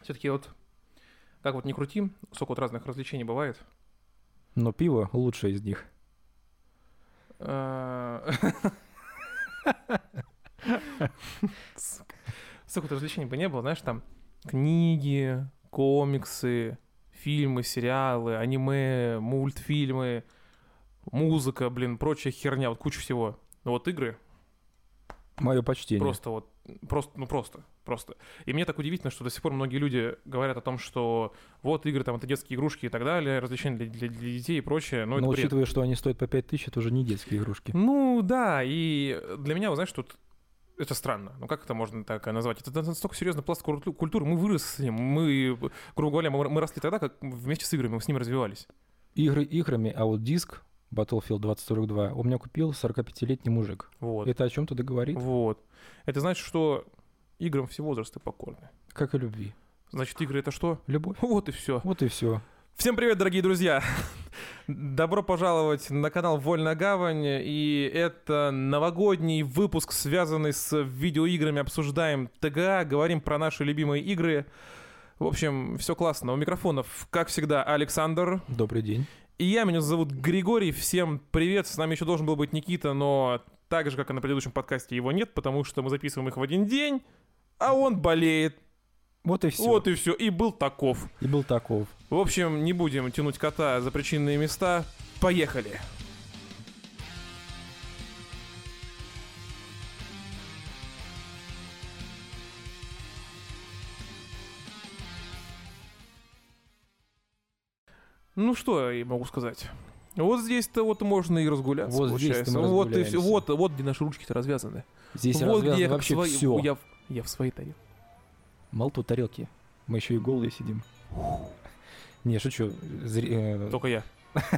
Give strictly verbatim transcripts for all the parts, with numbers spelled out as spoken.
Все-таки вот, как вот не крути, сколько вот разных развлечений бывает. Но пиво лучшее из них. Сколько развлечений бы не было, знаешь, там книги, комиксы, фильмы, сериалы, аниме, мультфильмы, музыка, блин, прочая херня, вот куча всего. Но вот игры... Мое почтение. Просто вот, просто, ну просто, просто. И мне так удивительно, что до сих пор многие люди говорят о том, что вот игры, там, это детские игрушки и так далее, развлечения для, для, для детей и прочее. Но, Но это учитывая, бред. что они стоят по пять тысяч, это уже не детские игрушки. Ну да, и для меня, вы знаете, тут это странно. Ну как это можно так назвать? Это настолько серьезный пласт культуры. Мы выросли, мы, грубо говоря, мы, мы росли тогда, как вместе с играми, мы с ними развивались. Игры играми, а вот диск Battlefield двадцать сорок два у меня купил сорокапятилетний мужик. Вот. Это о чем-то договорит? Вот. Это значит, что играм все возрасты покорны. Как и любви. Значит, игры — это что? Любовь. Вот и все. Вот и все. Всем привет, дорогие друзья! Добро пожаловать на канал Вольная Гавань, и это новогодний выпуск, связанный с видеоиграми. Обсуждаем ТГА, говорим про наши любимые игры. В общем, все классно. У микрофонов, как всегда, Александр. Добрый день. И я, меня зовут Григорий. Всем привет. С нами еще должен был быть Никита, но так же, как и на предыдущем подкасте, его нет, потому что мы записываем их в один день, а он болеет. Вот и все. Вот и все. И был таков. И был таков. В общем, не будем тянуть кота за причинные места. Поехали! Ну что я могу сказать? Вот здесь-то вот можно и разгуляться. Вот здесь мы вот и все. Вот, вот где наши ручки-то развязаны. Здесь вот развязано где я вообще свои... все. Я, я в своей тарелке. Мало тут тарелки. Мы еще и голые сидим. Не, шучу. Зри... Только я.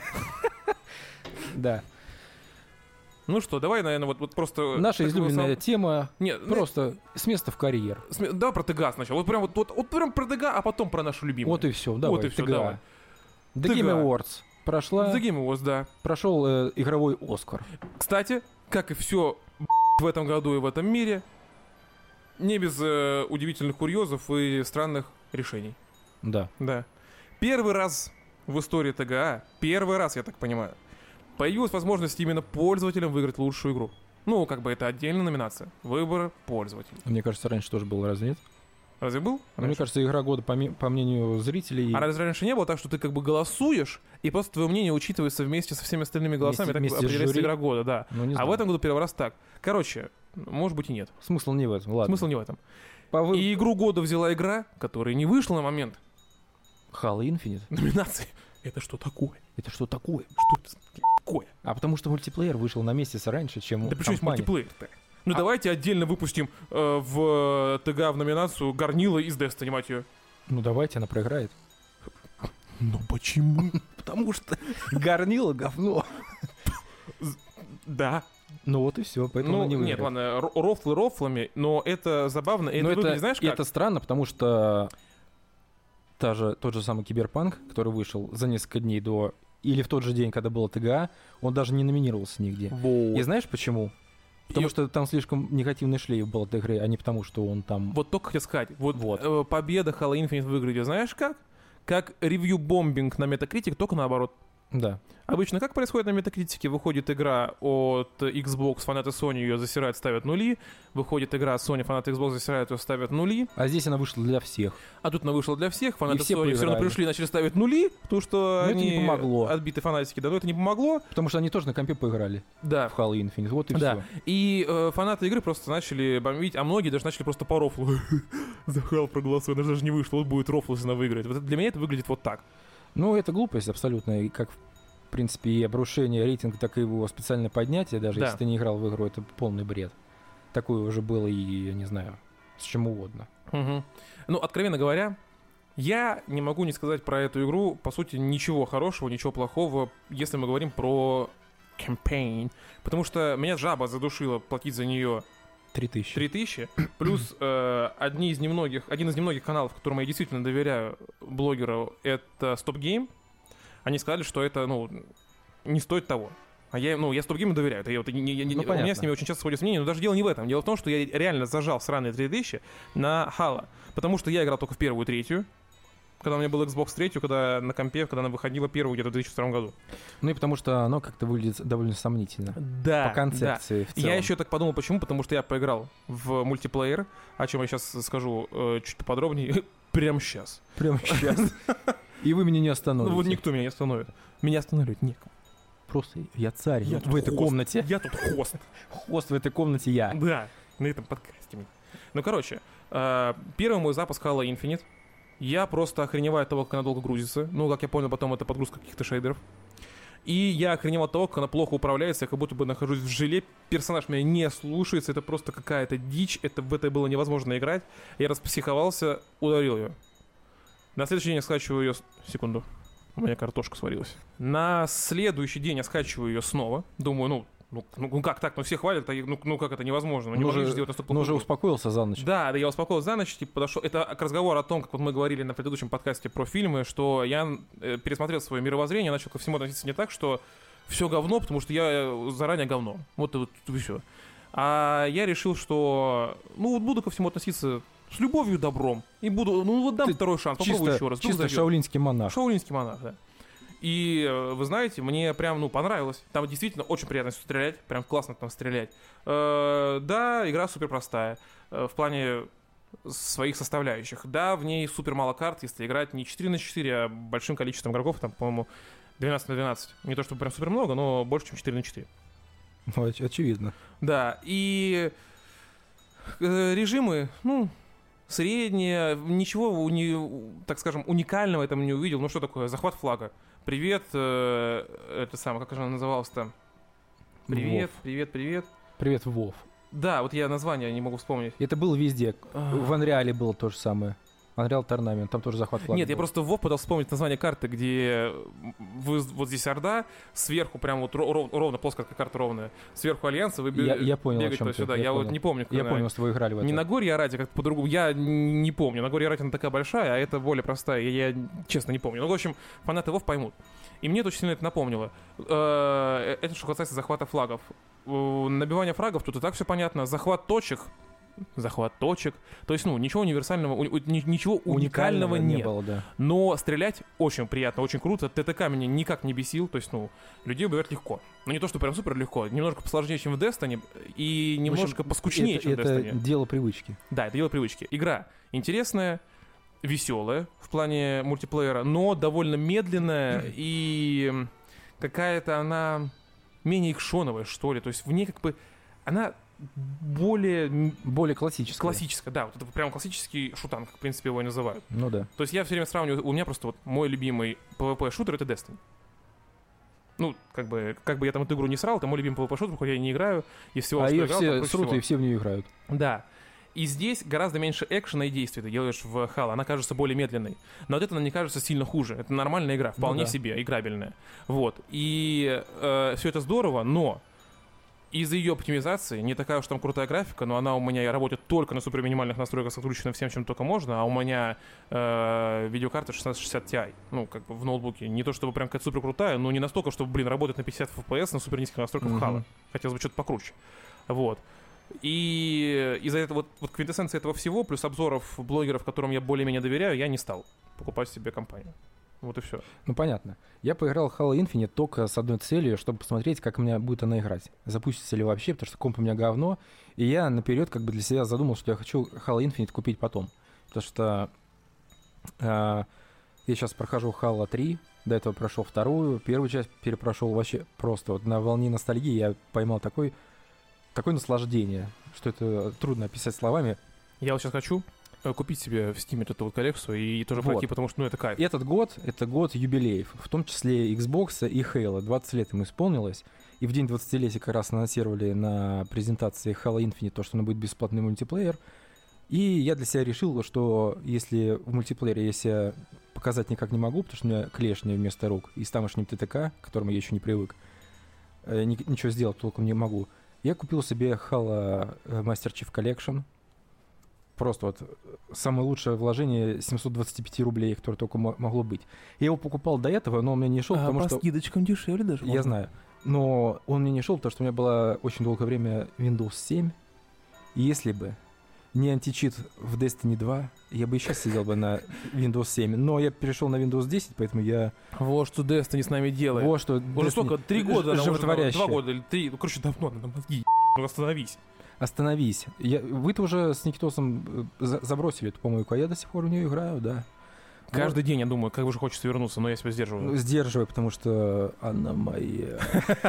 Да. Ну что, давай, наверное, вот, вот просто... Наша излюбленная сам... тема. Нет, просто ну... с места в карьер. С... Да, про ТГА сначала. Вот прям, вот, вот, вот прям про ТГА, а потом про нашу любимую. Вот и все. Давай, вот и все, ТГА. давай. The Game Awards прошла. The Game Awards, да. Прошел э, игровой Оскар. Кстати, как и все в этом году и в этом мире, не без э, удивительных курьезов и странных решений. Да. Да. Первый раз в истории ТГА, первый раз, я так понимаю, появилась возможность именно пользователям выиграть лучшую игру. Ну, как бы это отдельная номинация. Выбор пользователей. Мне кажется, раньше тоже был, разве нет? Разве был? Мне кажется, игра года, по, ми- по мнению зрителей... А разве раньше не было так, что ты как бы голосуешь, и просто твое мнение учитывается вместе со всеми остальными голосами, вместе, так определяется игра года, да. Ну, не а знаю. в этом году первый раз так. Короче, может быть и нет. Смысл не в этом, ладно. Смысл не в этом. По вы... И игру года взяла игра, которая не вышла на момент Halo Infinite? номинации. Это что такое? Это что такое? Что это такое? А потому что мультиплеер вышел на месяц раньше, чем Да при чем здесь компания. мультиплеер-то? Ну А... давайте отдельно выпустим э, в ТГА в номинацию Горнила из Destiny, мать ее. Ну давайте, она проиграет. Ну почему? Потому что Горнила говно. Да. Ну вот и все, поэтому Ну, она не выиграет. нет, ладно, рофлы рофлами, но это забавно. И но это, это, выглядит, знаешь, как? это странно, потому что та же, тот же самый Киберпанк, который вышел за несколько дней до... Или в тот же день, когда было ТГА, он даже не номинировался нигде. Вот. И знаешь почему? Потому И... что там слишком негативный шлейф был от игры, а не потому, что он там... Вот только хотел сказать. Вот, Вот. Э, победа Halo Infinite выглядит, знаешь как? Как ревью-бомбинг на Metacritic, только наоборот. Да. Обычно как происходит на Метакритике? Выходит игра от Xbox, фанаты Sony ее засирают, ставят нули. Выходит игра от Sony, фанаты Xbox засирают ее, ставят нули. А здесь она вышла для всех. А тут она вышла для всех, фанаты все Sony все равно проиграли. пришли и начали ставить нули, потому что Но это они не помогло. отбиты фанатики. Да, но это не помогло. Потому что они тоже на компе поиграли Да. в Halo Infinite. Вот и Да. все. И э, фанаты игры просто начали бомбить, а многие даже начали просто по рофлу. За Halo проголосуй, она же даже не вышла, вот будет рофл, если она выиграет. Вот это для меня это выглядит вот так. Ну, это глупость абсолютно. И как, в принципе, и обрушение рейтинга, так и его специальное поднятие, даже Да. если ты не играл в игру, это полный бред. Такое уже было и, я не знаю, с чем угодно. Угу. Ну, откровенно говоря, я не могу не сказать про эту игру, по сути, ничего хорошего, ничего плохого, если мы говорим про campaign. Потому что меня жаба задушила платить за нее Три тысячи. три тысячи. Плюс э, одни из немногих, один из немногих каналов, которым я действительно доверяю, блогеру, это Stop Game. Они сказали, что это, ну, не стоит того. А я, ну, я стоп-гейму доверяю. Это я, вот, не, не, не, Ну, у меня понятно. с ними очень часто сходятся мнения, но даже дело не в этом. Дело в том, что я реально зажал сраные три тысячи на Halo. Потому что я играл только в первую и третью. Когда у меня был Xbox третью, когда на компе, когда она выходила первую где-то в две тысячи втором году. Ну и потому что оно как-то выглядит довольно сомнительно. Да, По концепции да. в целом. Я еще так подумал, почему? Потому что я поиграл в мультиплеер, о чем я сейчас скажу э, чуть поподробнее, прямо сейчас. Прямо сейчас. И вы меня не остановите. Ну вот никто меня не остановит. Меня останавливать некому. Просто я царь Я в тут этой хост. комнате. Я тут хост. Хост в этой комнате я. Да, на этом подкасте. Ну, короче, э, первый мой запуск Halo Infinite. Я просто охреневаю от того, как она долго грузится. Ну, как я понял, потом это подгрузка каких-то шейдеров. И я охреневал от того, как она плохо управляется. Я как будто бы нахожусь в желе. Персонаж меня не слушается. Это просто какая-то дичь. Это, в это было невозможно играть. Я распсиховался, ударил ее. На следующий день я скачиваю ее... Секунду. У меня картошка сварилась. На следующий день я скачиваю ее снова. Думаю, ну, ну, ну как так? Ну все хвалят, а я- ну, ну как это невозможно? Ну, не Ну, могли уже- же сделать настолько Но уже плохую игру. успокоился за ночь. Да, да, я успокоился за ночь, типа, подошел. Это к разговору о том, как вот мы говорили на предыдущем подкасте про фильмы, что я э, пересмотрел свое мировоззрение, начал ко всему относиться не так, что все говно, потому что я э, заранее говно. Вот и вот и все. А я решил, что ну вот буду ко всему относиться с любовью и добром. И буду, ну вот дам Ты второй шанс, попробую Чисто, еще раз. вдруг чисто зайдет. шаолиньский монах. Шаолиньский монах, да. И э, вы знаете, мне прям, ну, понравилось. Там действительно очень приятно стрелять, прям классно там стрелять. Э, да, игра супер простая э, в плане своих составляющих. Да, в ней супер мало карт, если играть не четыре на четыре, а большим количеством игроков, там, по-моему, двенадцать на двенадцать. Не то чтобы прям супер много, но больше, чем четыре на четыре. Ну, оч- очевидно. Да, и э, режимы, ну, средние, ничего, уни- так скажем, уникального я там не увидел. Ну, что такое? Захват флага. Привет, э, это самое, как же она называлась-то? Привет, Вов. привет, привет. Привет, Вов. Да, вот я название не могу вспомнить. Это было везде. А. В Unreal было то же самое. Unreal Tournament, там тоже захват флага Нет, я был. просто в Вов пытался вспомнить название карты, где вы, вот здесь Орда, сверху прям вот ро- ров- ровно, плоская карта ровная, сверху Альянса, вы бе- Я- я понял, о бегаете чем ты, туда-сюда. я Я, вот понял. не помню, как Я она- понял, что вы играли в это. Не Нагорье Ради, как по-другому. Я н- не помню. Нагорье Ради, она такая большая, а это более простая. Я, я честно не помню. Ну, в общем, фанаты Вов поймут. И мне это очень сильно это напомнило. Э, Это что касается захвата флагов. Э, Набивание фрагов, тут и так все понятно. Захват точек. Захват точек. То есть, ну, ничего универсального, у- у- ни- ничего уникального, не нет. было, да. Но стрелять очень приятно, очень круто. ТТК меня никак не бесил. То есть, ну, людей убивать легко. Ну, не то, что прям супер легко. Немножко посложнее, чем в Destiny. И немножко В общем, поскучнее, это, чем в это Destiny. дело привычки. Да, это дело привычки. Игра интересная, веселая в плане мультиплеера, но довольно медленная и какая-то она менее экшоновая, что ли. То есть в ней как бы она более м, Более классическое. классическая, да, вот это прям классический шутан, как в принципе его и называют. Ну да. То есть я все время сравниваю, у меня просто вот мой любимый PvP-шутер — это Destiny. Ну, как бы, как бы я там эту игру не срал, это мой любимый PvP-шутер, хоть я и не играю, из всего, А что ее играл, все там круче срут всего. и все в нее играют. Да. И здесь гораздо меньше экшена и действий ты делаешь в Halo. Она кажется более медленной. Но вот это она не кажется сильно хуже. Это нормальная игра, вполне Ну да. себе, играбельная. Вот. И э, все это здорово, но из-за ее оптимизации, не такая уж там крутая графика, но она у меня работает только на супер минимальных настройках с отключенным всем, чем только можно, а у меня э, видеокарта шестнадцать шестьдесят Ti, ну, как бы в ноутбуке. Не то чтобы прям какая-то супер крутая, но не настолько, чтобы, блин, работать на пятьдесят эф пи эс на супер низких настройках Мгм. Halo. Хотелось бы что-то покруче. Вот. И из-за этого, вот, вот квинтэссенция этого всего, плюс обзоров блогеров, которым я более-менее доверяю, я не стал покупать себе компанию. Вот и все. Ну понятно. Я поиграл в Halo Infinite только с одной целью, чтобы посмотреть, как у меня будет она играть. Запустится ли вообще, потому что комп у меня говно. И я наперед как бы для себя задумал, что я хочу Halo Infinite купить потом. Потому что э, я сейчас прохожу Halo три, до этого прошел вторую, первую часть перепрошел вообще просто вот на волне ностальгии я поймал такой, такое наслаждение, что это трудно описать словами. Я вот сейчас хочу э, купить себе в Steam эту вот коллекцию и тоже Вот. пройти, потому что, ну, это кайф. Этот год — это год юбилеев, в том числе Xbox и Halo. двадцать лет ему исполнилось. И в день двадцатилетия как раз анонсировали на презентации Halo Infinite то, что он будет бесплатный мультиплеер. И я для себя решил, что если в мультиплеере я себя показать никак не могу, потому что у меня клешни вместо рук, и с тамошним ТТК, к которому я еще не привык, э, ни- ничего сделать толком не могу, я купил себе Halo э, Master Chief Collection. Просто вот самое лучшее вложение семьсот двадцать пять рублей, которое только мо- могло быть. Я его покупал до этого, но он мне не шел, А потому по что... скидочкам дешевле даже. Я знаю. Но он мне не шел, потому что у меня было очень долгое время Windows семь. И если бы не античит в Destiny два, я бы и сейчас сидел бы на Windows семь. Но я перешел на Windows десять, поэтому я... Вот что Destiny с нами делает. Вот что Уже сколько? Три года? Она уже, животворящая. два года или три? Ну, короче, давно надо мозги. Ну, остановись. Остановись. Я, вы-то уже с Никитосом за- забросили эту помойку, а я до сих пор в нее играю, да. Каждый Вот. день я думаю, как уже хочется вернуться, но я себя сдерживаю. Ну, сдерживай, потому что она моя.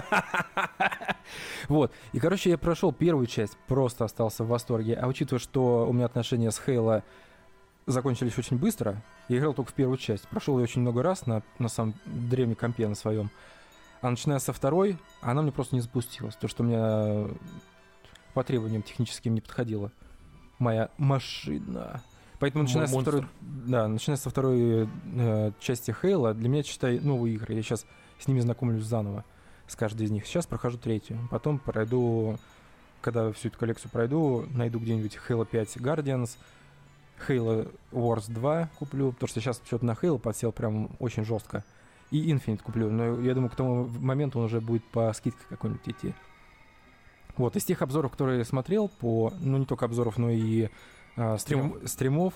Вот. И, короче, я прошел первую часть, просто остался в восторге. А учитывая, что у меня отношения с Хейла закончились очень быстро, я играл только в первую часть. Прошел ее очень много раз на, на самом древнем компе на своем. А начиная со второй, она мне просто не запустилась. То, что у меня по требованиям техническим не подходила моя машина. Поэтому, начиная со второй, да, начиная со второй э, части Хейла, для меня, считай, новые игры. Я сейчас с ними знакомлюсь заново, с каждой из них. Сейчас прохожу третью. Потом пройду, когда всю эту коллекцию пройду, найду где-нибудь Halo пять Guardians, Halo Wars два куплю, потому что сейчас что-то на Halo подсел прям очень жестко. И Infinite куплю, но я думаю, к тому моменту он уже будет по скидке какой-нибудь идти. Вот, из тех обзоров, которые я смотрел, по, ну, не только обзоров, но и а, стрим, стримов,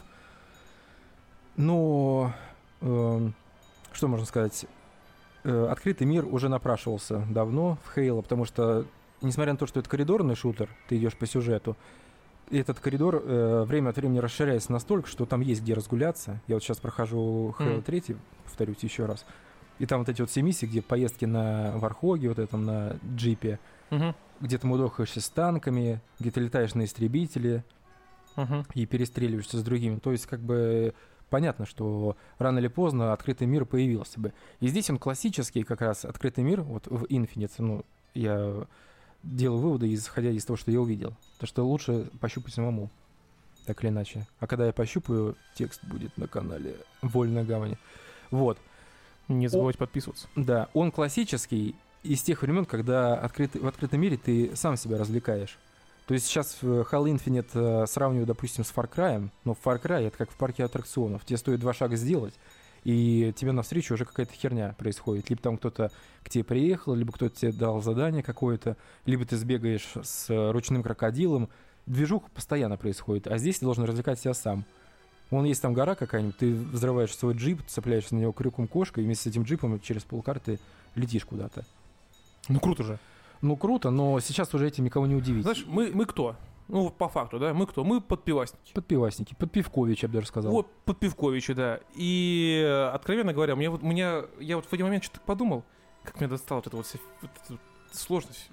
но, э, что можно сказать, э, открытый мир уже напрашивался давно в Halo, потому что, несмотря на то, что это коридорный шутер, ты идешь по сюжету, этот коридор э, время от времени расширяется настолько, что там есть где разгуляться. Я вот сейчас прохожу Halo Mm. три, повторюсь еще раз, и там вот эти вот все миссии, где поездки на Вархоге, вот этом, на джипе, Угу. где ты мудохаешься с танками, где ты летаешь на истребителе Угу. и перестреливаешься с другими. То есть, как бы, понятно, что рано или поздно открытый мир появился бы. И здесь он классический, как раз, открытый мир, вот в Infinite, ну, я делаю выводы, исходя из того, что я увидел. То, что лучше пощупать самому, так или иначе. А когда я пощупаю, текст будет на канале Вольная Гавань. Вот. Не забывайте подписываться. Да, он классический из тех времен, когда открытый, в открытом мире ты сам себя развлекаешь. То есть сейчас Halo Infinite э, сравниваю, допустим, с Far Cry, но в Far Cry это как в парке аттракционов. Тебе стоит два шага сделать, и тебе навстречу уже какая-то херня происходит. Либо там кто-то к тебе приехал, либо кто-то тебе дал задание какое-то, либо ты сбегаешь с ручным крокодилом. Движуха постоянно происходит, а здесь ты должен развлекать себя сам. Вон есть там гора какая-нибудь, ты взрываешь свой джип, цепляешься на него крюком кошкой, и вместе с этим джипом через полкарты летишь куда-то. Ну круто же. Ну круто, но сейчас уже этим никого не удивить. Знаешь, мы, мы кто? Ну, по факту, да, мы кто? Мы подпивасники. Подпивасники, подпивкович, я бы даже сказал. Вот, подпивковичи, да. И, э, откровенно говоря, у меня вот, у меня, я вот в один момент что-то подумал, как меня достала вот эта вот вся вот эта вот сложность.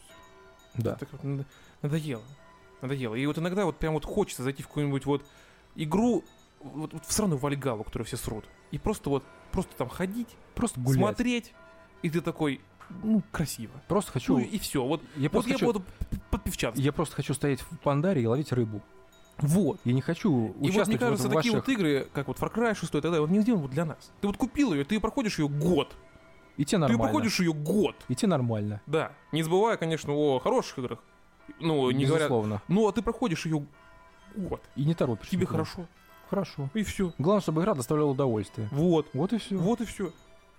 Да. Так вот над- надоело. Надоело. И вот иногда вот прям вот хочется зайти в какую-нибудь вот игру, вот, вот в сраную Вальгалу, которую все срут. И просто вот, просто там ходить, Просто гулять. смотреть, и ты такой, ну, красиво. Просто хочу... Ну, и все. Вот, я, вот просто я хочу... буду подпивчаться. я просто хочу стоять в пандаре и ловить рыбу. Вот. Я не хочу И участвовать вот мне кажется, вот в такие ваших... вот игры, как вот Far Cry шесть, тогда вот не сделаны вот для нас. Ты вот купил ее, ты проходишь ее год. И тебе Ты нормально. проходишь ее год. И тебе нормально. Да. Не забывая, конечно, о хороших играх. Ну, не говоря. Безусловно. Ну, а ты проходишь ее год. И не торопишься. Тебе никуда. хорошо. Хорошо. И все. Главное, чтобы игра доставляла удовольствие. Вот. Вот и все. Вот и все.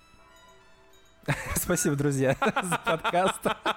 Спасибо, друзья, за подкаст.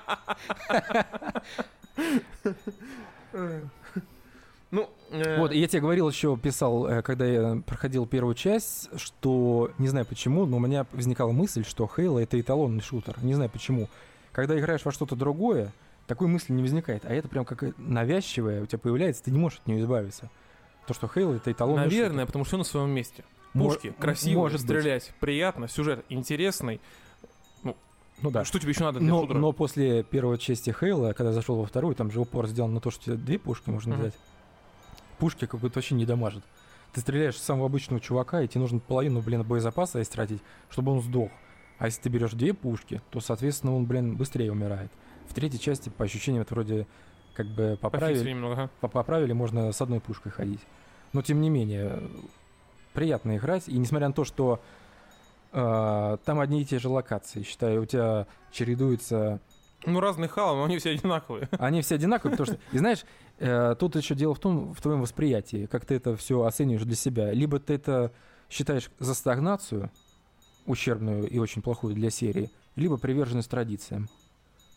Ну, э, Вот, и я тебе говорил еще, писал, э, когда я проходил первую часть, что, не знаю почему, но у меня возникала мысль, что Halo — это эталонный шутер. Не знаю почему. Когда играешь во что-то другое, такой мысли не возникает. А это прям как навязчивая у тебя появляется, ты не можешь от нее избавиться. То, что Halo — это эталонный наверное, шутер. потому что все на своем месте. Мо- Пушки красивые, может быть. стрелять приятно, сюжет интересный. Ну да. Что тебе еще надо для Но, шутера? но после первой части Halo, когда зашел во вторую, там же упор сделан на то, что тебе две пушки можно Мгм. взять. Пушки какой-то вообще не дамажат. Ты стреляешь в самого обычного чувака, и тебе нужно половину, блин, боезапаса истратить, чтобы он сдох. А если ты берешь две пушки, то, соответственно, он, блин, быстрее умирает. В третьей части, по ощущениям, это вроде как бы поправили, Пофиксили немного, ага. по- поправили, можно с одной пушкой ходить. Но, тем не менее, приятно играть. И несмотря на то, что э, там одни и те же локации, считаю, у тебя чередуются... Ну, разные халы, но они все одинаковые. Они все одинаковые, потому что... И знаешь, э, тут еще дело в том, в твоем восприятии, как ты это все оцениваешь для себя. Либо ты это считаешь за стагнацию, ущербную и очень плохую для серии, либо приверженность традициям.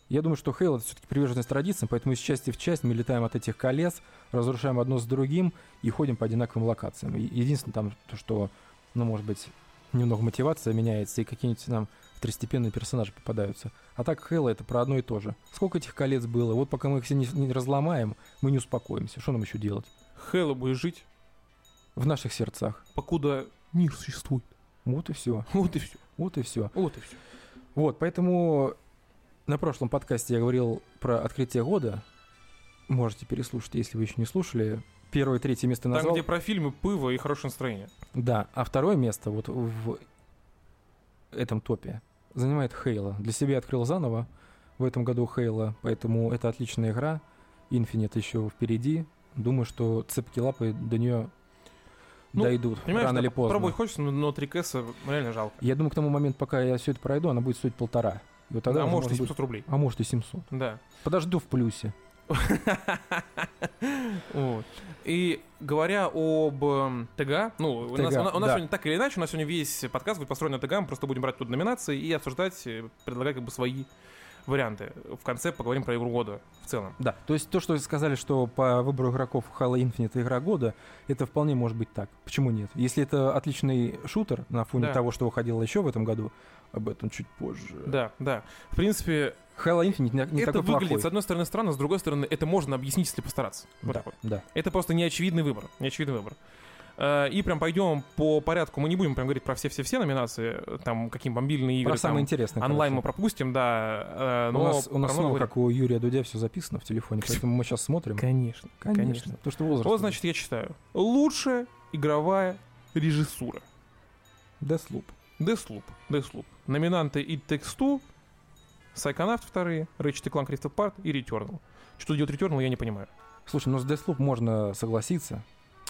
Я думаю, что Halo — это все-таки приверженность традициям, поэтому из части в часть мы летаем от этих колец, разрушаем одно с другим и ходим по одинаковым локациям. И единственное там, то, что, ну, может быть, немного мотивация меняется, и какие-нибудь нам второстепенные персонажи попадаются. А так Halo — это про одно и то же. Сколько этих колец было? Вот пока мы их все не, не разломаем, мы не успокоимся. Что нам еще делать? Halo будет жить в наших сердцах. Покуда мир существует. Вот и все. Вот и все. Вот и все. Вот и все. Вот, поэтому на прошлом подкасте я говорил про открытие года. Можете переслушать, если вы еще не слушали. Первое и третье место назвал. Там, где про фильмы, пиво и хорошее настроение. Да, а второе место вот в этом топе занимает Halo. Для себя открыл заново в этом году Halo, поэтому это отличная игра. Infinite еще впереди. Думаю, что цепки-лапы до нее ну, дойдут рано или поздно. Пробовать хочется, но три кэса реально жалко. Я думаю, к тому моменту, пока я все это пройду, она будет стоить полтора. И вот тогда а может и семьсот будет... рублей. А может и семьсот. Да. Подожду в плюсе. И говоря об ТГА, ну, у нас, у нас да. сегодня так или иначе, у нас сегодня весь подкаст будет построен на ТГА, мы просто будем брать тут номинации и обсуждать, предлагать как бы свои варианты. В конце поговорим про игру года в целом. Да, то есть то, что вы сказали, что по выбору игроков Halo Infinite игра года, это вполне может быть так. Почему нет? Если это отличный шутер на фоне да. того, что выходило еще в этом году, об этом чуть позже. Да, да. В принципе, Halo Infinite не, не это такой выглядит, плохой. с одной стороны, странно, с другой стороны, это можно объяснить, если постараться. Вот да, так вот. да. Это просто неочевидный выбор. Неочевидный выбор. И прям пойдем по порядку. Мы не будем прям говорить про все-все-все номинации, там, какие мобильные игры. Про самое интересное. Онлайн мы пропустим, да. Но у нас, у нас снова, как у Юрия Дудя, все записано в телефоне, поэтому мы сейчас смотрим. Конечно, конечно. конечно. То, что возраст. Вот, значит, я читаю. Лучшая игровая режиссура. Deathloop. Deathloop. Deathloop. Номинанты It Takes Two, Psychonaut вторые, Ratchet и Clank Rift Apart и Returnal. Что делает Returnal, я не понимаю. Слушай, ну с Deathloop можно согласиться.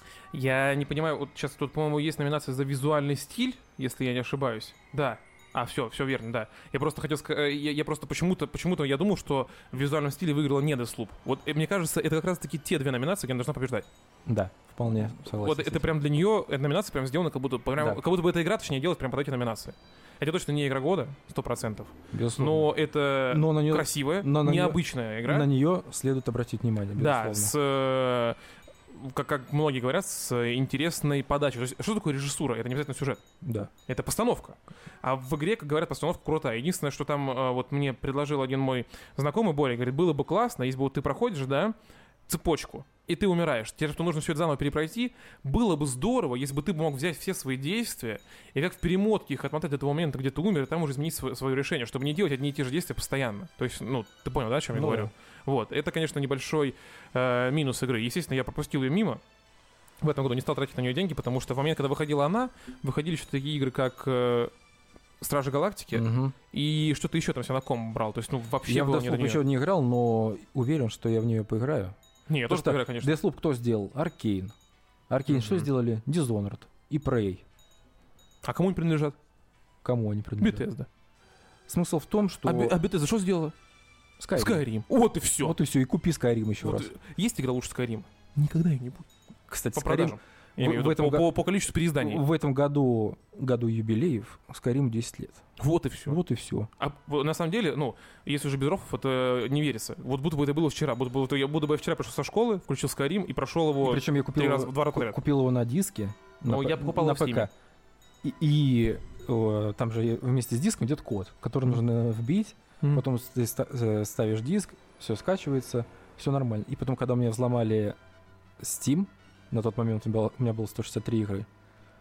Я не понимаю, вот сейчас тут, по-моему, есть номинация за визуальный стиль, если я не ошибаюсь. Да. А, все, все верно, да. Я просто хотел сказать, я, я просто почему-то, почему-то я думал, что в визуальном стиле выиграла не Deathloop. Вот мне кажется, это как раз-таки те две номинации, где она должна побеждать. Да, вполне согласен. Вот это прям для нее, эта номинация прям сделана, как будто, прям, да. как будто бы эта игра, точнее, делать прям под эти номинации. Это точно не игра года, сто процентов. Безусловно. Но это но на нее, красивая, но на необычная нее, игра. На нее следует обратить внимание, безусловно. Да, с... Как, как многие говорят, с интересной подачей. То есть, что такое режиссура? Это не обязательно сюжет. Да. Это постановка. А в игре, как говорят, постановка крутая. Единственное, что там вот мне предложил один мой знакомый, Боря, говорит, было бы классно, если бы вот ты проходишь, да, цепочку, и ты умираешь. Тебе что нужно все это заново перепройти. Было бы здорово, если бы ты мог взять все свои действия и как в перемотке их отмотать до того момента, где ты умер, и там уже изменить свое, свое решение, чтобы не делать одни и те же действия постоянно. То есть, ну, ты понял, да, о чем я ну, говорю? Вот. Это, конечно, небольшой э, минус игры. Естественно, я пропустил ее мимо. В этом году не стал тратить на нее деньги, потому что в момент, когда выходила она, выходили еще такие игры, как э, Стражи Галактики, угу. и что-то еще там себя на ком брал. То есть, ну, вообще я было в не до Deathloop еще не играл, но уверен, что я в нее поиграю. Не, я тоже поиграю, конечно. Deathloop кто сделал? Аркейн. Аркейн mm-hmm. что сделали? Dishonored и Prey. А кому они принадлежат? Кому они принадлежат? Bethesda. Смысл в том, что... А, а Bethesda что сделала? Skyrim. Skyrim. Вот и все. Вот и все. И купи Skyrim еще вот раз. Есть игра лучше Skyrim? Никогда ее не будет. Кстати, по Skyrim... продажам. Я имею в виду, по, по, по количеству переизданий. В этом году, году юбилеев, Skyrim десять лет. Вот и все. Вот и все. А на самом деле, ну, если уже без рофов, это не верится. Вот будто бы это было вчера. Будто бы, я будто бы я вчера пришел со школы, включил Skyrim и прошел его. И причем я купил, раз, два раза подряд. Купил его на диске. Ну, на, я покупал на его в Steam. ПК. И, и о, там же вместе с диском идет код, который mm. нужно вбить. Mm. Потом ты ставишь диск, все скачивается, все нормально. И потом, когда у меня взломали Steam, на тот момент у меня было сто шестьдесят три игры.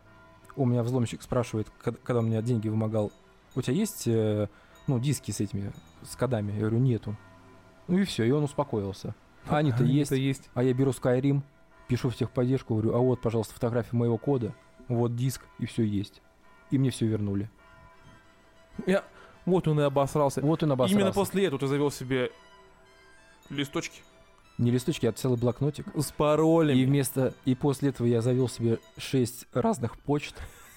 У меня взломщик спрашивает, когда у меня деньги вымогал, у тебя есть ну, диски с этими, с кодами? Я говорю, нету. Ну и все, и он успокоился. А они-то есть. есть. А я беру Skyrim, пишу в техподдержку, говорю, а вот, пожалуйста, фотография моего кода, вот диск, и все есть. И мне все вернули. Я... Вот он и обосрался. Вот он обосрался. Именно после этого ты завел себе листочки. Не листочки, а целый блокнотик. С паролями. И вместо... И после этого я завел себе шесть разных почт.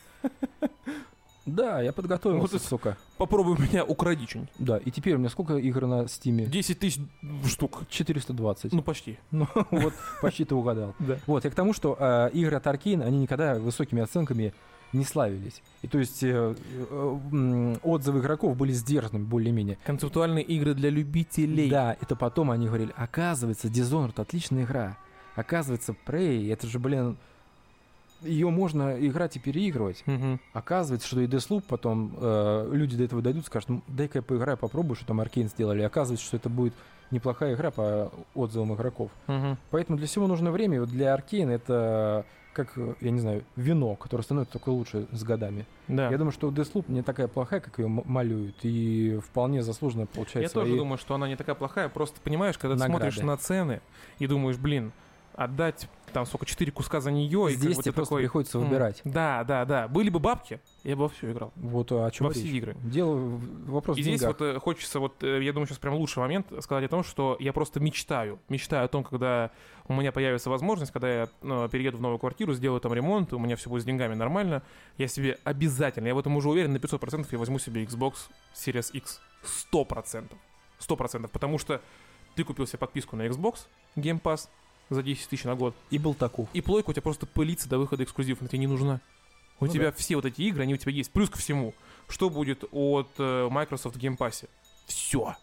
Да, я подготовился, сука. Попробуй меня укради что-нибудь. Да, и теперь у меня сколько игр на Стиме? десять тысяч штук. четыреста двадцать. Ну, почти. Ну, вот, почти ты угадал. Да. Вот, и к тому, что игры от Arkane, они никогда высокими оценками не славились. И то есть э, э, отзывы игроков были сдержанными более-менее. Концептуальные игры для любителей. Да, это потом они говорили, оказывается, Dishonored отличная игра. Оказывается, Prey, это же, блин, ее можно играть и переигрывать. Угу. Оказывается, что и Deathloop потом э, люди до этого дойдут, скажут, ну, дай-ка я поиграю, попробую, что там Arkane сделали. И оказывается, что это будет неплохая игра по отзывам игроков. Угу. Поэтому для всего нужно время. И вот для Arkane это как, я не знаю, вино, которое становится только лучше с годами. Да. Я думаю, что Deathloop не такая плохая, как ее м- малюют, и вполне заслуженно получает Я свои тоже думаю, что она не такая плохая. Просто понимаешь, когда ты награды. смотришь на цены и думаешь, блин, отдать там сколько, четыре куска за нее. Здесь и как бы тебе ты просто такой, приходится м, выбирать. Да, да, да. Были бы бабки, я бы во все играл. Вот о чем Во речь. все игры. Дело в- вопрос И в здесь деньгах. вот э, хочется, вот, э, я думаю, сейчас прям лучший момент сказать о том, что я просто мечтаю. Мечтаю о том, когда у меня появится возможность, когда я ну, перееду в новую квартиру, сделаю там ремонт, у меня все будет с деньгами нормально, я себе обязательно, я в этом уже уверен, на пятьсот процентов я возьму себе Xbox Series X. сто процентов. сто процентов. Потому что ты купил себе подписку на Xbox Game Pass за десять тысяч на год, И был таков. и плойка у тебя просто пылится до выхода эксклюзивов, она тебе не нужна. У Ну тебя да. все вот эти игры, они у тебя есть. Плюс ко всему, что будет от э, Microsoft в Game Pass? Все.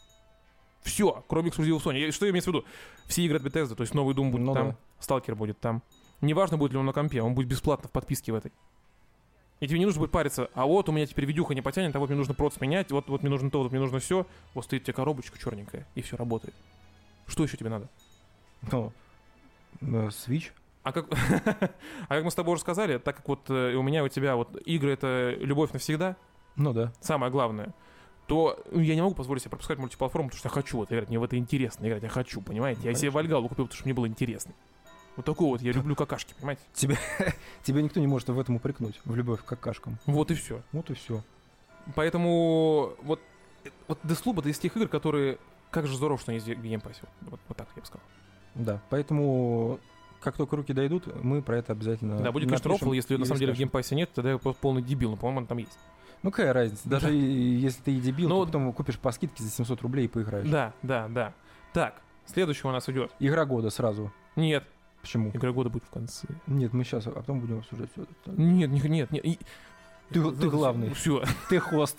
Все, кроме эксклюзивов Sony. Я- Что я имею в виду? Все игры от Bethesda, то есть новый Doom будет Ну там, да. Stalker будет там. Неважно, будет ли он на компе, он будет бесплатно в подписке в этой. И тебе не нужно будет париться, а вот у меня теперь видюха не потянет, а вот мне нужно проц менять, вот, вот мне нужно то, вот мне нужно все. Вот стоит тебе коробочка черненькая, и все работает. Что еще тебе надо? Ну, э, Switch. А как, а как мы с тобой уже сказали, так как вот э, у меня и у тебя вот игры — это любовь навсегда, Ну да. самое главное, то ну, я не могу позволить себе пропускать мультиплатформу, потому что я хочу вот играть, мне в это интересно играть, я хочу, понимаете? Я себе Вальгалу купил, потому что мне было интересно. Вот такой вот, я люблю какашки, понимаете? Тебя никто не может в этом упрекнуть, в любовь к какашкам. Вот и все. Вот и все. Поэтому вот, э, вот Deathloop — это из тех игр, которые... Как же здорово, что они есть в геймпассе. Вот, вот так я бы сказал. Да, поэтому как только руки дойдут, мы про это обязательно Да, будет, конечно, напишем рофл, если и на самом деле в расскажем. геймпассе нет, тогда я просто полный дебил, но, по-моему, он там есть. Ну какая разница? Даже Да. и- если ты и дебил, Ну то вот- потом купишь по скидке за семьсот рублей и поиграешь. Да, да, да. Так, следующий у нас идет. Игра года сразу. Нет, Почему? игра года будет в конце. Нет, мы сейчас, а потом будем обсуждать все это. Нет, нет, нет. нет. И- Ты, ты главный, Все. ты хост.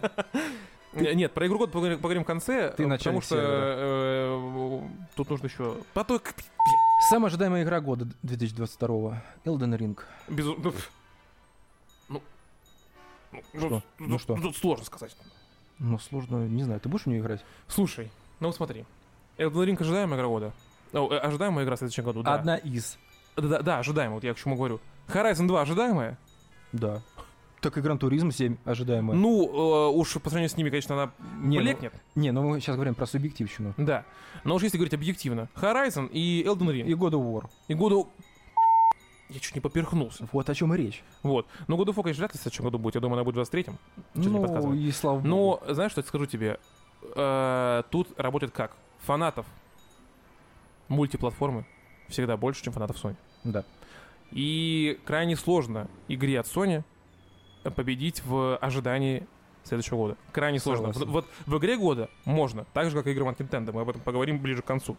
Нет, про игру года поговорим, поговорим в конце, Ты потому начальник что э, тут нужно еще... Потом... Самая ожидаемая игра года две тысячи двадцать второго. Elden Ring. Безу... Ну, ну, ну, Что? ну, Ну что? Тут сложно сказать. Ну, сложно, не знаю. Ты будешь в нее играть? Слушай, ну вот смотри. Elden Ring ожидаемая игра года. О, э, ожидаемая игра в следующем году, да. Одна из. Да, да, да, ожидаемая, вот я к чему говорю. Horizon два ожидаемая? Да. Так и Gran Turismo семь ожидаемая. Ну, э, уж по сравнению с ними, конечно, она Не, ну- блекнет. Не, ну мы сейчас говорим про субъективщину. Да. Но уж если говорить объективно. Horizon и Elden Ring. И God of War. И году... Я чуть не поперхнулся. Вот о чем и речь. Вот. Но God of War, конечно, вряд ли в следующем году будет. Я думаю, она будет в двадцать третьем. Что-то не Ну, подсказывает. и слава богу. Но, знаешь, что я скажу тебе? Э, Тут работает как? Фанатов мультиплатформы всегда больше, чем фанатов Sony. Да. И крайне сложно игре от Sony победить в ожидании следующего года. Крайне сложно. Вот, Согласен. вот в игре года можно, так же, как и играм от Nintendo. Мы об этом поговорим ближе к концу.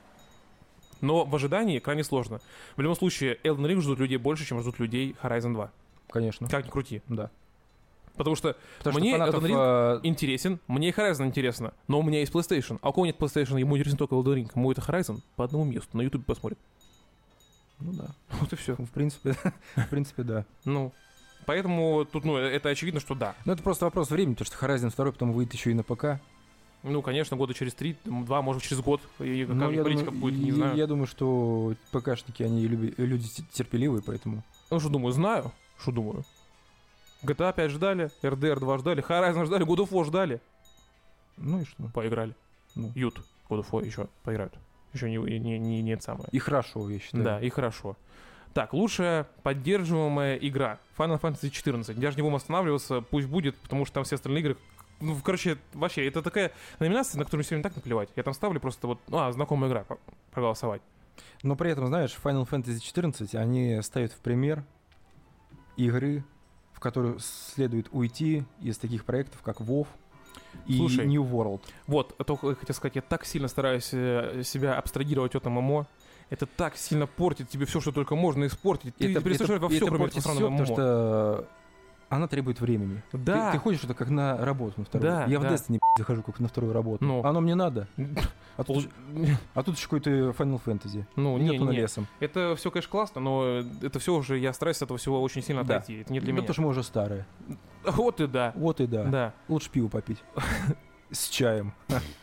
Но в ожидании крайне сложно. В любом случае, Elden Ring ждут людей больше, чем ждут людей Horizon два. Конечно. Как ни крути. Да. Потому что Потому Мне что фанатов, Elden э, интересен, мне и Horizon интересно, но у меня есть PlayStation. А у кого нет PlayStation, ему интересен только Elden Ring. Ему это Horizon по одному месту. На YouTube посмотрит. ну да. Вот и все. В принципе, в принципе, да. Ну, поэтому тут, ну, это очевидно, что да. Но это просто вопрос времени, потому что Horizon два потом выйдет еще и на ПК. Ну, конечно, года через три, два, может, через год. И Ну, какая я, политика думаю, будет, не я- знаю. я думаю, что ПКшники, они люби- люди т- терпеливые, поэтому... Ну, что думаю, знаю, что думаю. джи ти эй пять ждали, эр ди ар два ждали, Horizon ждали, God of War ждали. Ну и что? Поиграли. Ну. Ют, God of War еще поиграют. Еще не, не, не, не это самое. И хорошо, я считаю. Да, и хорошо. Так, лучшая поддерживаемая игра. Final Fantasy четырнадцать. Даже не будем останавливаться, пусть будет, потому что там все остальные игры... Ну, короче, вообще, это такая номинация, на которую сегодня так наплевать. Я там ставлю просто вот, ну, а, знакомая игра, по- проголосовать. Но при этом, знаешь, Final Fantasy четырнадцать, они ставят в пример игры, в которую следует уйти из таких проектов, как WoW и Слушай, New World. Вот, а то я хотел сказать, я так сильно стараюсь э, себя абстрагировать от ММО. Это так сильно портит тебе все, что только можно испортить. Ты это, перестаешь это, играть во все, это кроме портит этого всё, сраного потому ММО. что она требует времени. Да. Ты, ты ходишь это как на работу на вторую. Да, Я да. в Destiny захожу как на вторую работу. Ну. Оно мне надо. А тут, а тут еще какой-то Final Fantasy. Ну, не, Нету не. лесом. Это все, конечно, классно, но это все уже, я стараюсь от этого всего очень сильно Да. отойти. Это не для Да меня. потому что мы уже старые. Вот и да. Вот и да. Да. Лучше пиво попить. С чаем.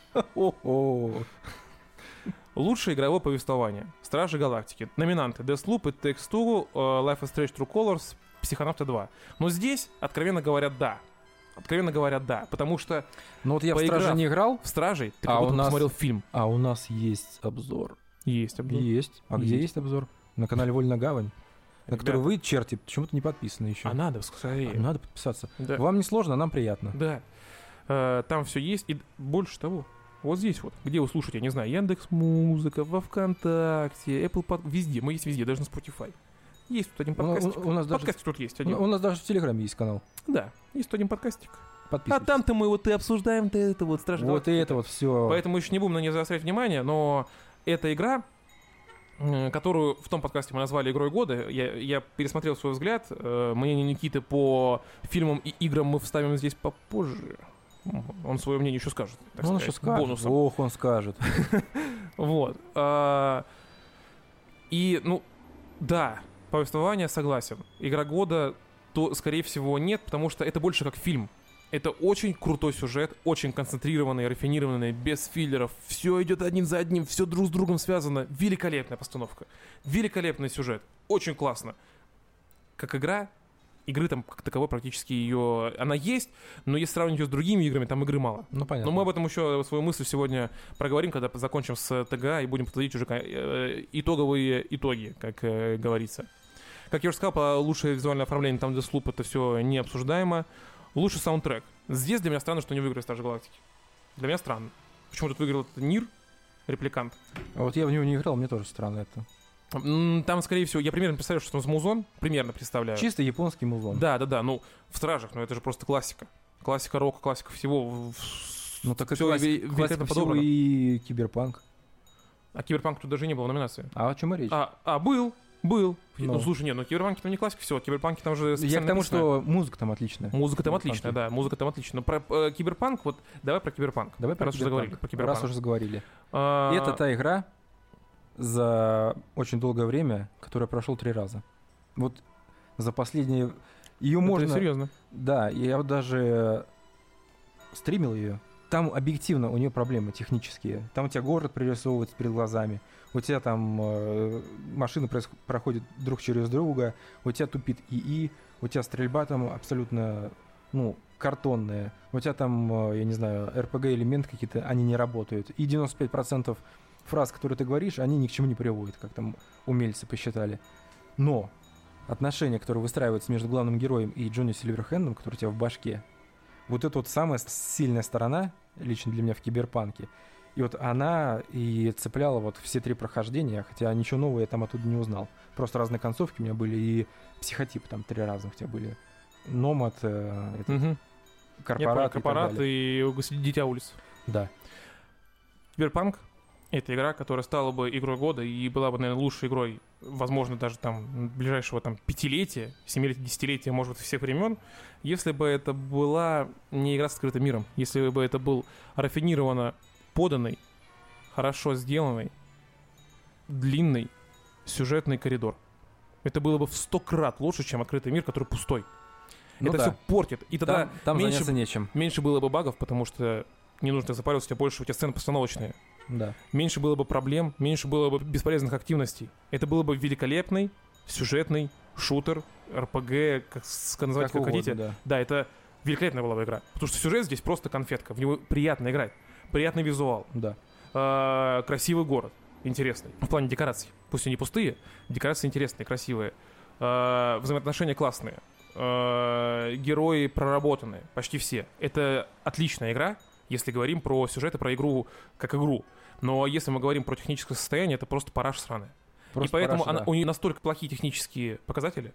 О-о. Лучшее игровое повествование. Стражи Галактики. Номинанты Deathloop, It Takes Two, uh, Life is Strange True Colors, Психонавты два. Но здесь, откровенно говоря, да. Откровенно говоря, да. Потому что Ну вот я в Поиграв Страже не играл, в Стражей ты А как будто у нас- посмотрел фильм. а у нас есть обзор. Есть обзор. Есть. А где Есть. есть обзор? На канале Вольная Гавань, на который Ребята, вы, черти, почему-то не подписаны еще. А надо, скорее. Надо подписаться. Да. Вам не сложно, а нам приятно. Да. Э, Там все есть. И больше того, вот здесь вот, где вы слушаете, я не знаю, Яндекс.Музыка, во ВКонтакте, Apple Pod... Везде. Мы есть везде, даже на Spotify. Есть тут один У, подкастик. у- у нас даже, Подкастик тут есть у, один. у нас даже в Телеграме есть канал. Да, есть тут один подкастик. А Подписывайтесь. там-то мы вот и обсуждаем-то это вот Стражи Вот и Галактики. это вот все. Поэтому еще не будем на нее заострять внимание, но эта игра, э, которую в том подкасте мы назвали игрой года, я, я пересмотрел свой взгляд. э, Мнение Никиты по фильмам и играм мы вставим здесь попозже. Он свое мнение еще скажет. так Он сказать, еще скажет. бонусом. Ох, он скажет. Вот. А, И, ну, да, повествование согласен. Игра года, то, скорее всего, нет, потому что это больше как фильм. Это очень крутой сюжет, очень концентрированный, рафинированный, без филлеров. Все идет один за одним, все друг с другом связано. Великолепная постановка. Великолепный сюжет. Очень классно. Как игра, игры там как таковой практически ее... Она есть, но если сравнивать ее с другими играми, там игры мало. Ну, понятно. Но мы об этом еще свою мысль сегодня проговорим, когда закончим с ТГА и будем подводить уже э, итоговые итоги, как э, говорится. Как я уже сказал, по лучшее визуальное оформление, там, где слуп, это все необсуждаемо. Лучший саундтрек. Здесь для меня странно, что не выиграли Стражи Галактики. Для меня странно. Почему тут выиграл этот Нир, репликант? А вот я в него не играл, мне тоже странно это. М, Там, скорее всего, я примерно представляю, что там с музон. Примерно представляю. Чисто японский музон. Да, да, да. Ну, в Стражах, ну это же просто классика. Классика рока, классика всего. В- Ну так и Всё классика, ве- великолепно классика всего подобрано. и киберпанк. А Киберпанк тут даже не было в номинации. А о чем речь? А, а был, был. Ну. Ну, слушай, нет, ну Киберпанки там не классика, все, Киберпанки там уже Я специально к тому, написано. что музыка там отличная. Музыка там Киберпанки. отличная, да, музыка там отличная. Но про э, Киберпанк, вот давай про Киберпанк. Давай про Раз уже киберпанк. заговорили про Киберпанк. Раз уже заговорили. А, Это та игра за очень долгое время, которая прошел три раза. Вот за последние... Ее это можно... серьезно. Да, я вот даже стримил ее. Там объективно у нее проблемы технические. Там у тебя город прорисовывается перед глазами. У тебя там э, машины проис- проходят друг через друга. У тебя тупит ИИ. У тебя стрельба там абсолютно, ну, картонная. У тебя там, э, я не знаю, эр пи джи-элементы какие-то, они не работают. И девяносто пять процентов фраз, которые ты говоришь, они ни к чему не приводят, как там умельцы посчитали. Но отношения, которые выстраиваются между главным героем и Джонни Сильверхендом, который у тебя в башке, вот это вот самая сильная сторона, лично для меня, в Киберпанке. И вот она и цепляла вот все три прохождения, хотя ничего нового я там оттуда не узнал. Просто разные концовки у меня были, и психотипы там три разных у тебя были. Номад, э, этот, Мгм. корпорат, Я понял, и так корпорат далее. и Дитя улиц. Да. Киберпанк — это игра, которая стала бы игрой года и была бы, наверное, лучшей игрой, возможно, даже там ближайшего там пятилетия, семилетия, десятилетия, может быть, всех времен, если бы это была не игра с открытым миром, если бы это был рафинированно поданный, хорошо сделанный, длинный сюжетный коридор. Это было бы в сто крат лучше, чем открытый мир, который пустой. Ну это да. все портит. И тогда Там, там меньше, заняться нечем. меньше было бы багов, потому что не нужно запариваться, у тебя больше у тебя сцены постановочные. Да. Меньше было бы проблем, меньше было бы бесполезных активностей. Это было бы великолепный сюжетный шутер, эр пи джи, как, с- называйте как, угодно, хотите. да. Да, это великолепная была бы игра. Потому что сюжет здесь просто конфетка. В него приятно играть. Приятный визуал. Да. э, красивый город. Интересный. В плане декораций. Пусть они пустые, декорации интересные, красивые. Э, взаимоотношения классные. Э, герои проработанные. Почти все. Это отличная игра, если говорим про сюжет и про игру как игру. Но если мы говорим про техническое состояние, это просто параш сраный. Просто И поэтому параша, она, да. у нее настолько плохие технические показатели.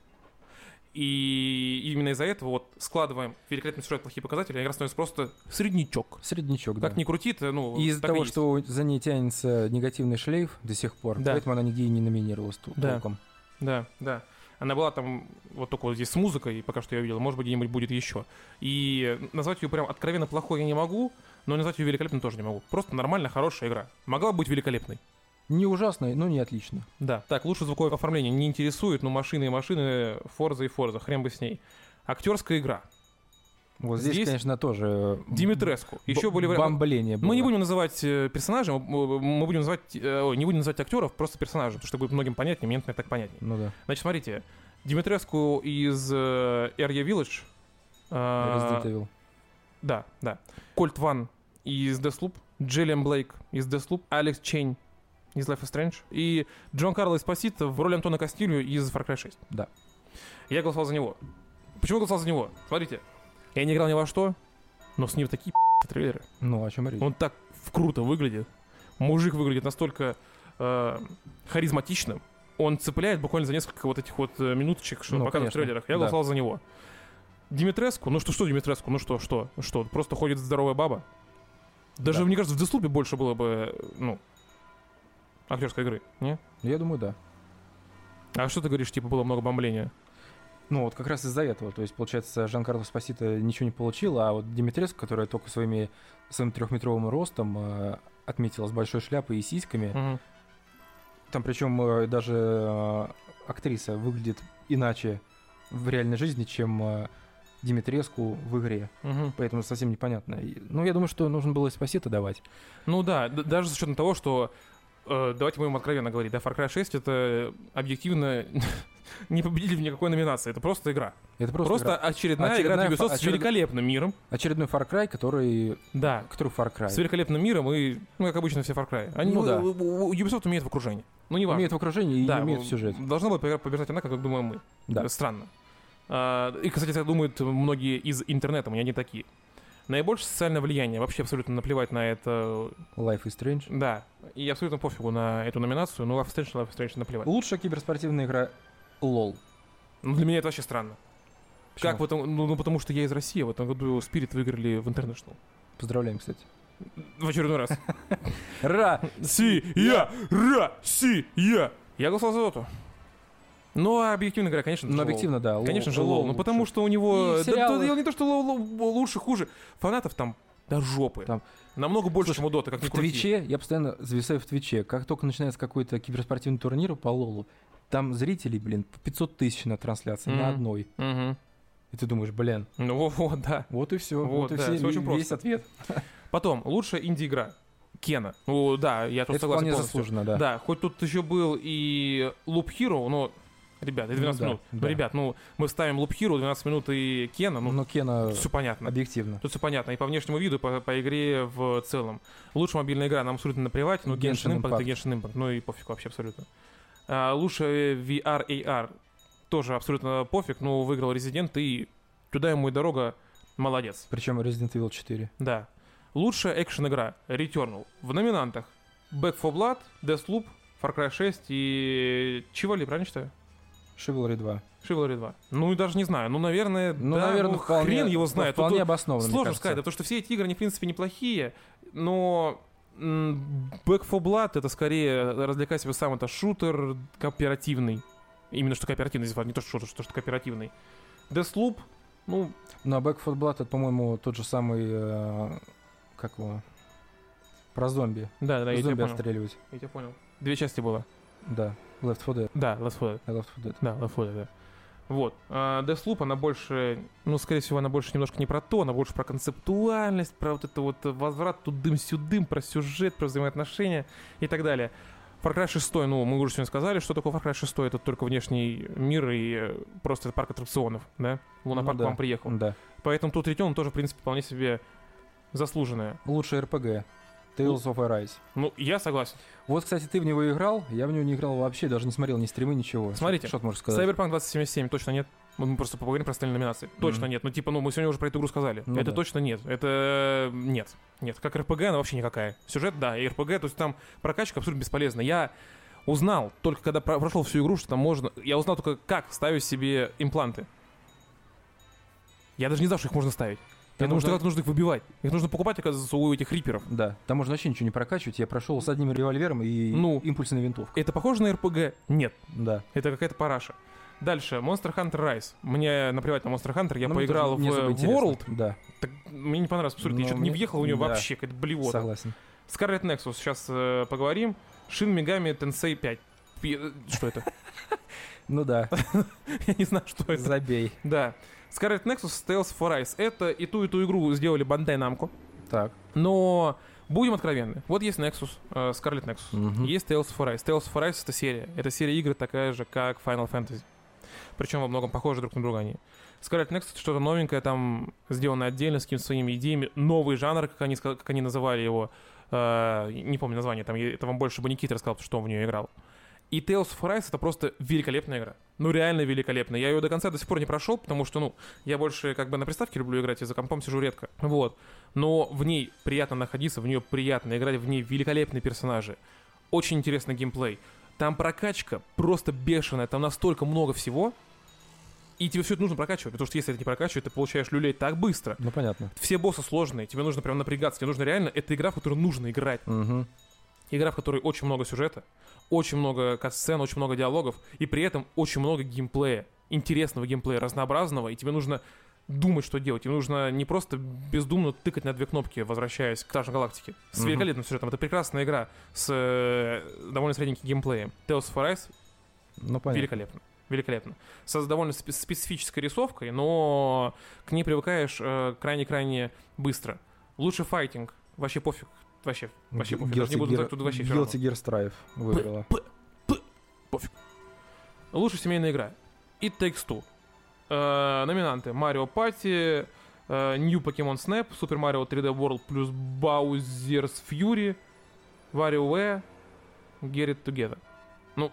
И именно из-за этого вот складываем великолепный сюжет, плохие показатели, а игра становится просто среднячок. Среднячок, да. Как ни крути, это, ну, И из-за так и того, есть. что за ней тянется негативный шлейф до сих пор, Да. поэтому она нигде и не номинировалась тол- Да. толком. Да, да. Она была там вот только вот здесь с музыкой, пока что я увидел, может быть, где-нибудь будет еще. И назвать ее прям откровенно плохой я не могу, но назвать ее великолепной тоже не могу. Просто нормально хорошая игра. Могла быть великолепной. Не ужасно, но не отлично. Да. Так, лучше звуковое оформление не интересует, но машины и машины, Форза и Форза, хрен бы с ней. Актерская игра. Вот здесь, Здесь конечно, тоже... Димитреску. Еще были варианты. Бомбление было. Мы не будем называть э, персонажей, мы мы будем называть, э, ой, не будем называть актеров, просто персонажей, потому что будет многим понятнее, мне, например, так понятнее. Ну да. Значит, смотрите, Димитреску из э, Area Village. э, Resident Evil. Да, да. Кольт Ван из Deathloop, Джиллиан Блейк из Deathloop, Алекс Чейн из Life is Strange и Джон Карло Эспосито в роли Антона Кастильо из Far Cry шесть. Да. Я голосовал за него. Почему я голосовал за него? Смотрите, я не играл ни во что, но с ним такие п***ые трейлеры. Ну, о чем речь? Он так круто выглядит. Мужик выглядит настолько э, харизматичным. Он цепляет буквально за несколько вот этих вот э, минуточек, что Ну, он показывает в конечно, трейлерах. Я да. голосовал за него. Димитреску? Ну что, что Димитреску? Ну что, что? Что? Просто ходит здоровая баба? Даже, Да. мне кажется, в Deathloop больше было бы, ну, актерской игры, не? Я думаю, да. А что ты говоришь, типа, было много бомбления? Ну, вот как раз из-за этого. То есть, получается, Жан-Карло Эспосито ничего не получил, а вот Димитреску, которая только своими, своим трехметровым ростом э, отметилась большой шляпой и сиськами, Мгм. там причем э, даже э, актриса выглядит иначе в реальной жизни, чем э, Димитреску в игре. Мгм. Поэтому совсем непонятно. И, ну, я думаю, что нужно было Эспосито давать. Ну да, д- даже с учетом того, что э, давайте будем откровенно говорить, да, Far Cry шесть это объективно не победитель в никакой номинации, это просто игра. Это просто, Просто, игра. очередная, Очередная игра от Ubisoft фа- с очеред- великолепным миром. Очередной Far Cry, который... Да, Который Far Cry. с великолепным миром и, ну, как обычно, все Far Cry. Они, Ну да. у- у- у Ubisoft умеет в окружении. Ну, не важно. Имеет в окружении и Да, имеет м, в сюжет. Должна была побе- побеждать она, как думаем мы. Да. Э, Странно. А, и, кстати, так думают многие из интернета, у меня не такие. Наибольшее социальное влияние. Вообще абсолютно наплевать на это. Life is Strange. Да. И абсолютно пофигу на эту номинацию. Ну, Life is Strange, Life is Strange наплевать. Лучшая киберспортивная игра лол. Ну, для меня это вообще странно. Почему? Как в этом? Ну, ну, потому что я из России. В этом году Spirit выиграли в International. Поздравляем, кстати. В очередной раз. Россия! Россия! Я голосовал за Доту. Ну, а объективно говоря, конечно же, Ну, лол. объективно, да. лол- Конечно же, лол лол. Ну, потому лучше. что у него... И Да, сериалы. да, дело не то, что лол, лол лучше, хуже. Фанатов там до жопы. Там- Намного больше, Слушай, чем у Доты, как ни В крути. Твиче, я постоянно зависаю в Твиче. Как только начинается какой-то киберспортивный турнир по лолу, там зрителей, блин, по пятьсот тысяч на трансляции, на Мгм. одной. Мгм. И ты думаешь, блин, Ну, вот, вот, да. вот и все. Вот, Вот, и да, все, всё очень весь просто. ответ. Потом, лучшая инди-игра. Кена. Ну, да, я тут Это согласен вполне полностью. заслуженно, да. Да, хоть тут еще был и Loop Hero, но, ребят, это двенадцать Ну да, минут. Ну, да. ребят, ну, мы ставим Loop Hero, двенадцать минут и Кена, ну, Но Кена все понятно. объективно. Тут все понятно. И по внешнему виду, и по, по игре в целом. Лучшая мобильная игра нам абсолютно наплевать. Ну, Genshin Genshin Impact и Impact. Genshin Impact. Ну и пофиг вообще абсолютно. А, лучшая ви ар эй ар тоже абсолютно пофиг. Ну, выиграл Resident и туда ему и дорога. Молодец. Причем Resident Evil четыре. Да. Лучшая экшен-игра Returnal. В номинантах Back four Blood, Deathloop, Far Cry шесть и Чивали, правильно читаю? Chivalry два. Chivalry два. Ну, и даже не знаю. Ну, наверное, Ну, да, наверное, ну, вполне, хрен его знает. Тут- Вполне тут обоснованно, мне Сложно кажется. сказать, да, потому что все эти игры, они, в принципе, неплохие, но м, Back four Blood — это скорее, развлекай себя сам, это шутер кооперативный. Именно что кооперативный, не то, что шутер, что, что кооперативный. Deathloop, ну, Ну, а Back four Blood — это, по-моему, тот же самый... э, как его? Про зомби. да, да, я тебя зомби понял. отстреливать. Я тебя понял. Две части было. Да. Left four Dead. Да, Left four Dead. I Left four Dead. Да, Left four Dead, да. Вот. А Deathloop, она больше, ну, скорее всего, она больше немножко не про то, она больше про концептуальность, про вот это вот возврат тудым-сюдым, про сюжет, про взаимоотношения и так далее. Far Cry шесть, ну, мы уже сегодня сказали, что такое Far Cry шесть, это только внешний мир и э, просто это парк аттракционов, да? Лунапарк Ну да. к вам приехал. Да. Поэтому тут Return тоже, в принципе, вполне себе заслуженная. Лучший эр пи джи. Tales of Arise. Ну, я согласен. Вот, кстати, ты в него играл, я в него не играл вообще, даже не смотрел ни стримы, ничего. Смотрите, Что ты можешь сказать? Cyberpunk двадцать семьдесят семь точно нет. Мы просто поговорим про остальные номинации. Точно Мгм. нет. Ну, типа, ну, мы сегодня уже про эту игру сказали. Ну это да. точно нет. Это нет. Нет. Как эр пи джи, она вообще никакая. Сюжет, да, и эр пи джи, то есть там прокачка абсолютно бесполезна. Я узнал, только когда про- прошел всю игру, что там можно... Я узнал только, как ставить себе импланты. Я даже не знал, что их можно ставить. Я Там думал, что можно- как-то нужно их выбивать. Их нужно покупать, оказывается, у этих риперов. Да, там можно вообще ничего не прокачивать. Я прошел с одним револьвером и Ну. импульсной винтовкой. Это похоже на эр пи джи? Нет. Да. Это какая-то параша. Дальше, Monster Hunter Rise. Мне наплевать на Monster Hunter, я Ну, поиграл в мне тоже не World. Да, Так, мне не понравилось абсолютно, я Но что-то не мне- въехал в нее да. вообще, какая-то блевота. согласен. Scarlet Nexus, сейчас э, поговорим. Shin Megami Tensei пять. Пи- э, Что это? Ну да, Я не знаю, что это. забей. Да. Scarlet Nexus, Tales for Rise. Это и ту, и ту игру сделали Bandai Namco. Так. Но будем откровенны. Вот есть Nexus, э, Scarlet Nexus. Мгм. Есть Tales for Rise. Tales for Rise — это серия. Это серия игр такая же, как Final Fantasy. Причем во многом похожи друг на друга они. Scarlet Nexus — это что-то новенькое, там сделано отдельно, с какими-то своими идеями. Новый жанр, как они, ска- как они называли его. Э, не помню название, там, я- это вам больше бы Никита рассказал, потому что он в нее играл. И Tales of Arise — это просто великолепная игра. Ну, реально великолепная. Я ее до конца до сих пор не прошел, потому что, ну, я больше как бы на приставке люблю играть, и за компом сижу редко. Вот. Но в ней приятно находиться, в нее приятно играть, в ней великолепные персонажи. Очень интересный геймплей. Там прокачка просто бешеная, там настолько много всего, и тебе все это нужно прокачивать, потому что если это не прокачивать, ты получаешь люлей так быстро. Ну понятно. Все боссы сложные, тебе нужно прям напрягаться, тебе нужно реально... Это игра, в которую нужно играть. Мгм. Игра, в которой очень много сюжета, очень много катсцен, очень много диалогов, и при этом очень много геймплея, интересного геймплея, разнообразного, и тебе нужно думать, что делать. Тебе нужно не просто бездумно тыкать на две кнопки, возвращаясь к Стражам Галактики. С Мгм. великолепным сюжетом. Это прекрасная игра с э, довольно средненьким геймплеем. Tales of Arise Ну понятно. великолепно. Великолепно. С довольно спе- специфической рисовкой, но к ней привыкаешь э, крайне-крайне быстро. Лучше файтинг. Вообще пофиг. Вообще, вообще пофиг. Даже не буду говорить, тут вообще все равно. Guilty Gear Strive выиграла. Лучшая семейная игра. It Takes Two. Э, номинанты: Mario Party, э, New Pokemon Snap, Super Mario три дэ World плюс Bowser's Fury, WarioWare, Get It Together. Ну,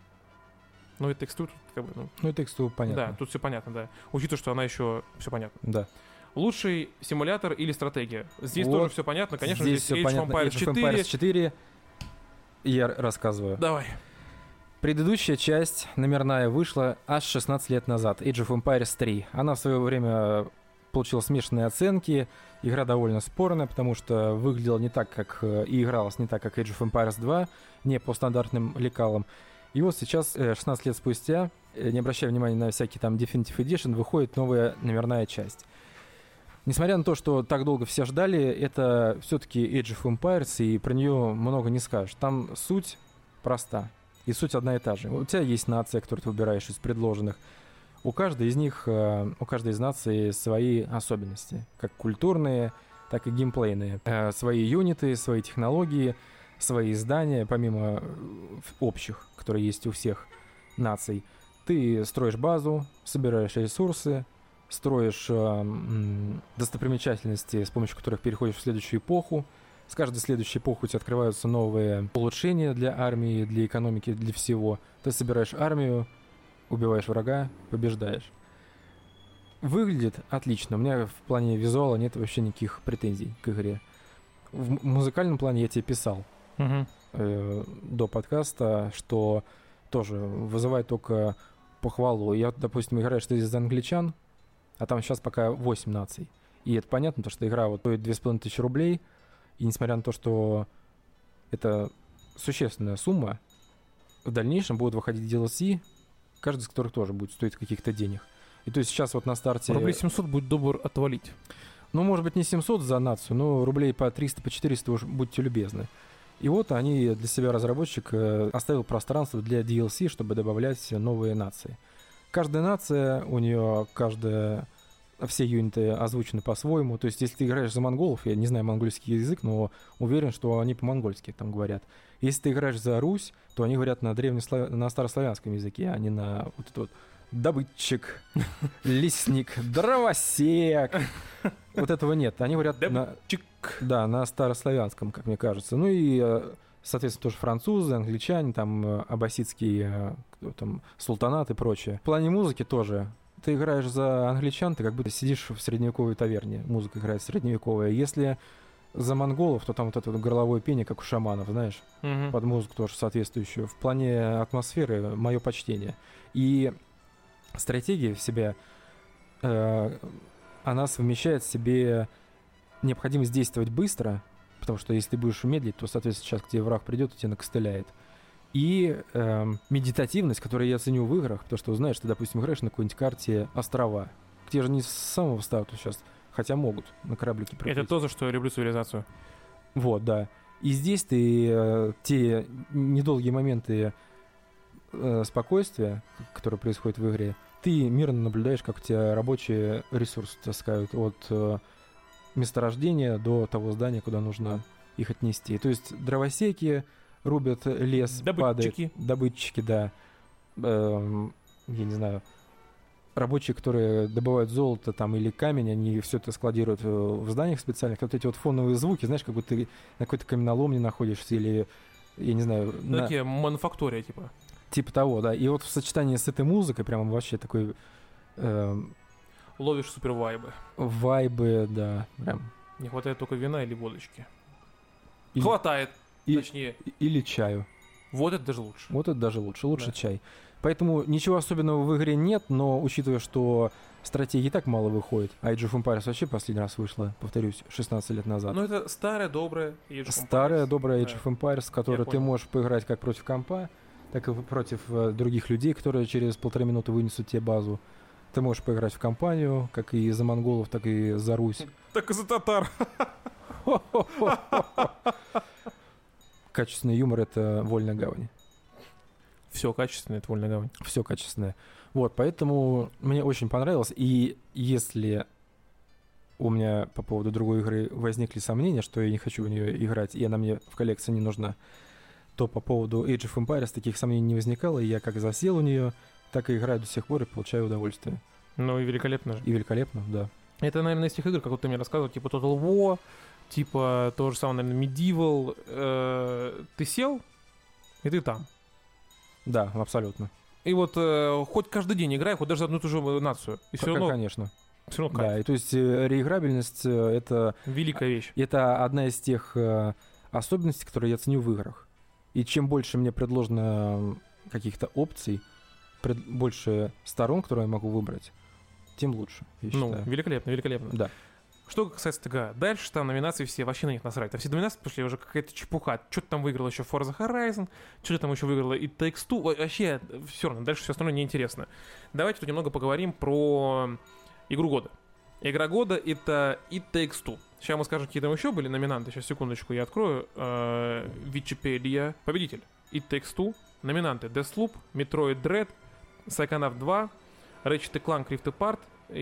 ну It Takes Two, тут как бы, ну, Ну и тексту да, понятно. тут все понятно, да. Учитывая, что она еще все понятно. Да. Лучший симулятор или стратегия? Здесь Вот. тоже все понятно, конечно, здесь, всё Age of понятно. Empires Age of Empires четыре. четыре. Я р- рассказываю. Давай. Предыдущая часть, номерная, вышла аж шестнадцать лет назад. Age of Empires три. Она в свое время получила смешанные оценки. Игра довольно спорная, потому что выглядела не так, как э, и игралась не так, как Age of Empires два, не по стандартным лекалам. И вот сейчас, э, шестнадцать лет спустя, э, не обращая внимания на всякие там Definitive Edition, выходит новая номерная часть. Несмотря на то, что так долго все ждали, это все-таки Age of Empires, и про нее много не скажешь. Там суть проста, и суть одна и та же. У тебя есть нация, которую ты выбираешь из предложенных. У каждой из них, э, у каждой из наций свои особенности, как культурные, так и геймплейные. Э, Свои юниты, свои технологии, свои здания, помимо э, общих, которые есть у всех наций. Ты строишь базу, собираешь ресурсы, строишь э, м, достопримечательности, с помощью которых переходишь в следующую эпоху. С каждой следующей эпохой у тебя открываются новые улучшения для армии, для экономики, для всего. Ты собираешь армию, убиваешь врага, побеждаешь. Выглядит отлично. У меня в плане визуала нет вообще никаких претензий к игре. В м- музыкальном плане я тебе писал Мгм. э, до подкаста, что тоже вызывает только похвалу. Я, допустим, играю что из англичан, а там сейчас пока восемь наций. И это понятно, то, что игра вот стоит две с половиной тысячи рублей, и несмотря на то, что это существенная сумма, в дальнейшем будут выходить ди эл си, каждый из которых тоже будет стоить каких-то денег. И то есть сейчас вот на старте... Рублей семьсот будет добр отвалить. Ну, может быть, не семьсот за нацию, но рублей по триста, по четыреста уж будьте любезны. И вот они, для себя разработчик э, оставил пространство для ди эл си, чтобы добавлять новые нации. Каждая нация, у нее каждая... Все юниты озвучены по-своему. То есть, если ты играешь за монголов, я не знаю монгольский язык, но уверен, что они по-монгольски там говорят. Если ты играешь за Русь, то они говорят на древнеслав... на старославянском языке, а не на вот этот вот добытчик, лесник, дровосек. Вот этого нет. Они говорят на... Да, на старославянском, как мне кажется. Ну и, э, соответственно, тоже французы, англичане, там, э, аббасидские, э, кто там, султанат и прочее. В плане музыки тоже. Ты играешь за англичан, ты как будто сидишь в средневековой таверне. Музыка играет средневековая. Если за монголов, то там вот это вот горловое пение, как у шаманов, знаешь, Мгм. под музыку тоже соответствующую. В плане атмосферы мое почтение. И стратегия в себя, э, она совмещает в себе необходимость действовать быстро, потому что если ты будешь медлить, то, соответственно, сейчас к тебе враг придет и тебя накостыляет. И эм, медитативность, которую я ценю в играх, потому что, знаешь, ты, допустим, играешь на какой-нибудь карте острова, где же не с самого старта сейчас, хотя могут на кораблике приплыть. Это то, за что я люблю цивилизацию. Вот, да. И здесь ты э, те недолгие моменты э, спокойствия, которые происходят в игре, ты мирно наблюдаешь, как у тебя рабочие ресурсы таскают от э, месторождения до того здания, куда нужно их отнести. То есть дровосеки рубят лес, добытчики. падает. Добытчики, да. Эм, я не знаю. Рабочие, которые добывают золото там или камень, они все это складируют в зданиях специальных. Вот эти вот фоновые звуки, знаешь, как будто ты на какой-то каменоломне находишься или, я не знаю... Ну, на... такие мануфактория, типа. Типа того, да. И вот в сочетании с этой музыкой прям вообще такой... Э... Ловишь супер вайбы. Вайбы, да. Прям. Не хватает только вина или водочки. Или... Хватает, и... точнее. Или чаю. Вот это даже лучше. Вот это даже лучше. Лучше да. чай. Поэтому ничего особенного в игре нет, но учитывая, что стратегии так мало выходит, а Age of Empires вообще последний раз вышла, повторюсь, шестнадцать лет назад. Ну это старая, добрая Age of Empires. Старая, добрая Age да. of Empires, в которой ты можешь поиграть как против компа, так и против э, других людей, которые через полторы минуты вынесут тебе базу. Ты можешь поиграть в компанию, как и за монголов, так и за Русь. Так и за татар. Качественный юмор — это Вольная гавань. Все качественное, это Вольная гавань. Все качественное. Вот, поэтому мне очень понравилось. И если у меня по поводу другой игры возникли сомнения, что я не хочу в нее играть, и она мне в коллекции не нужна, то по поводу Age of Empires таких сомнений не возникало, и я как засел у нее, так и играю до сих пор и получаю удовольствие. Ну и великолепно же. И великолепно, да. Это, наверное, из тех игр, как вот ты мне рассказывал, типа Total War, типа то же самое, наверное, Medieval. Э, ты сел, и ты там. Да, абсолютно. И вот э, хоть каждый день играй, хоть даже за одну и ту же нацию. И все равно, конечно. Все равно кайф. Да, и то есть э, реиграбельность э, — это... великая вещь. Это одна из тех э, особенностей, которые я ценю в играх. И чем больше мне предложено каких-то опций, пред... больше сторон, которые я могу выбрать, тем лучше, я ну, считаю. великолепно, великолепно. Да. Что касается ТГА, дальше там номинации все, вообще на них насрать. Там все номинации пошли уже какая-то чепуха. Что-то там выиграл еще Forza Horizon, что-то там еще выиграла и Takes Two. Вообще, все равно, дальше все остальное неинтересно. Давайте тут немного поговорим про игру года. Игра года — это It Takes Two. Сейчас мы скажем, какие там еще были номинанты. Сейчас, секундочку, я открою. Wikipedia. Победитель. It Takes Two. Номинанты: Deathloop, Metroid Dread, Psychonaut два, Ratchet энд Clank Rift Apart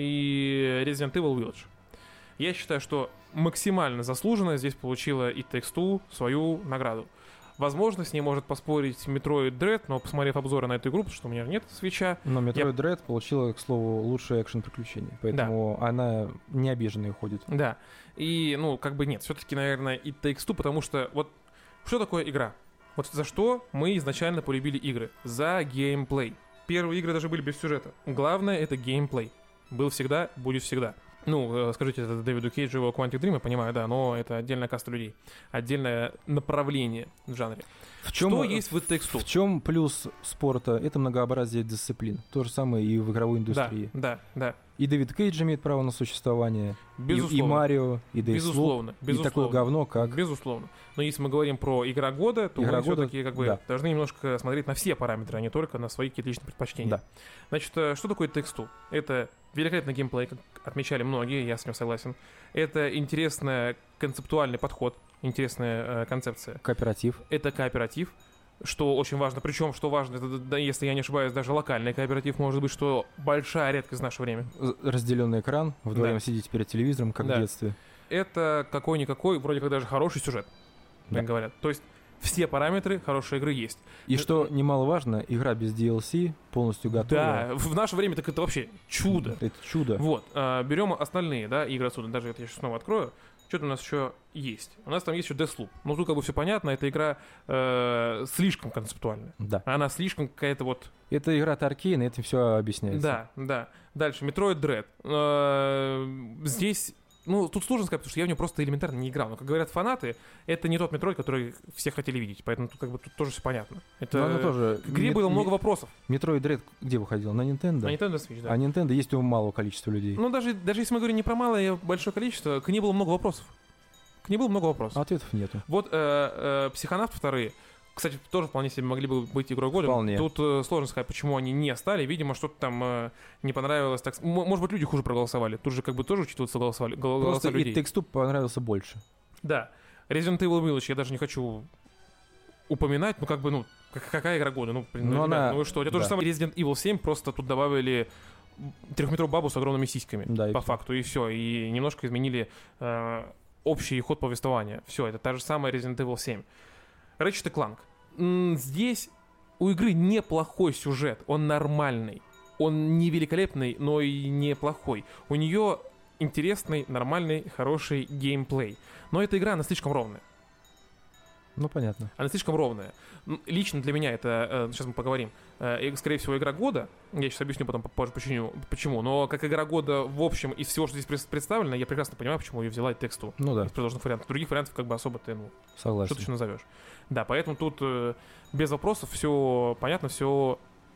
и Resident Evil Village. Я считаю, что максимально заслуженно здесь получила It Takes Two свою награду. Возможно, с ней может поспорить Metroid Dread, но, посмотрев обзоры на эту игру, потому что у меня нет свитча... Но Metroid я... Dread получила, к слову, лучшее экшен-приключение, поэтому да. Она не обиженная уходит. Да, и, ну, как бы нет, все-таки, наверное, It Takes Two, потому что вот что такое игра? Вот за что мы изначально полюбили игры? За геймплей. Первые игры даже были без сюжета. Главное — это геймплей. Был всегда, будет всегда. Ну, скажите, это Дэвиду Кейджу его Quantic Dream, я понимаю, да, но это отдельная каста людей, отдельное направление в жанре. В чем, что есть в It Takes Two? В чем плюс спорта? Это многообразие дисциплин. То же самое и в игровой индустрии. Да, да, да. И Дэвид Кейдж имеет право на существование. Безусловно. И, и Марио, и Deathloop, безусловно, безусловно. И такое говно, как... Безусловно. Но если мы говорим про игра года, то игра мы года, все-таки как бы да. должны немножко смотреть на все параметры, а не только на свои какие-то личные предпочтения. Да. Значит, что такое It Takes Two? Это великолепный геймплей, как отмечали многие, я с ним согласен. Это интересный концептуальный подход, интересная э, концепция. Кооператив. Это кооператив, что очень важно. Причем, что важно, это, да, если я не ошибаюсь, даже локальный кооператив может быть, что большая редкость в наше время. Разделенный экран, вдвоем да. сидите перед телевизором, как да. в детстве. Это какой-никакой, вроде как даже хороший сюжет, да. как говорят. То есть все параметры хорошей игры есть. И что немаловажно, игра без ди эл си полностью готова. Да, в наше время так это вообще чудо. Это чудо. Вот, а, берем остальные, да, игры отсюда. Даже это я сейчас снова открою. Что-то у нас еще есть. У нас там есть еще Deathloop. Ну, тут как бы все понятно, эта игра э, слишком концептуальная. Да. Она слишком какая-то вот... Это игра Таркейн, этим все объясняется. Да, да. Дальше, Metroid Dread. Э, здесь... Ну, тут сложно сказать, потому что я в него просто элементарно не играл. Но, как говорят фанаты, это не тот Metroid, который все хотели видеть. Поэтому тут как бы тут тоже все понятно. Это... Но оно тоже... К игре Мет... было много вопросов. Metroid Dread где выходил? На Nintendo? На Nintendo Switch, да. А Nintendo есть у малого количества людей. Ну, даже, даже если мы говорим не про малое, а большое количество, к ней было много вопросов. К ней было много вопросов. Ответов нету. Вот э, э, Психонавт вторые. кстати, тоже вполне себе могли бы быть игрой года. Вполне. Тут э, сложно сказать, почему они не стали. Видимо, что-то там э, не понравилось. Так... М- может быть, люди хуже проголосовали. Тут же как бы тоже учитываются голосовали, гол- голоса Просто людей. и Takes Two понравился больше. Да. Resident Evil Village я даже не хочу упоминать. Ну, как бы, ну, как- какая игра года? Ну, блин, ну, Но ребят, она- ну вы что? Это то же да. самое Resident Evil семь, просто тут добавили трехметровую бабу с огромными сиськами. Да, и по всё. факту, и все. И немножко изменили э, общий ход повествования. Все, это та же самая Resident Evil семь. Ratchet и Clank. М, Здесь у игры неплохой сюжет, он нормальный. Он не великолепный, но и неплохой. У нее интересный, нормальный, хороший геймплей. Но эта игра, она слишком ровная. Ну, понятно. Она слишком ровная. М, Лично для меня это, э, сейчас мы поговорим, э, и, скорее всего, игра года. Я сейчас объясню потом попозже, почему. почему. Но как игра года, в общем, из всего, что здесь пред- представлено, я прекрасно понимаю, почему ее взяла тексту. Ну да, Из предложенных вариантов. Других вариантов как бы особо ты, ну, что согласен. ты еще назовешь. Да, поэтому тут э, без вопросов все понятно, все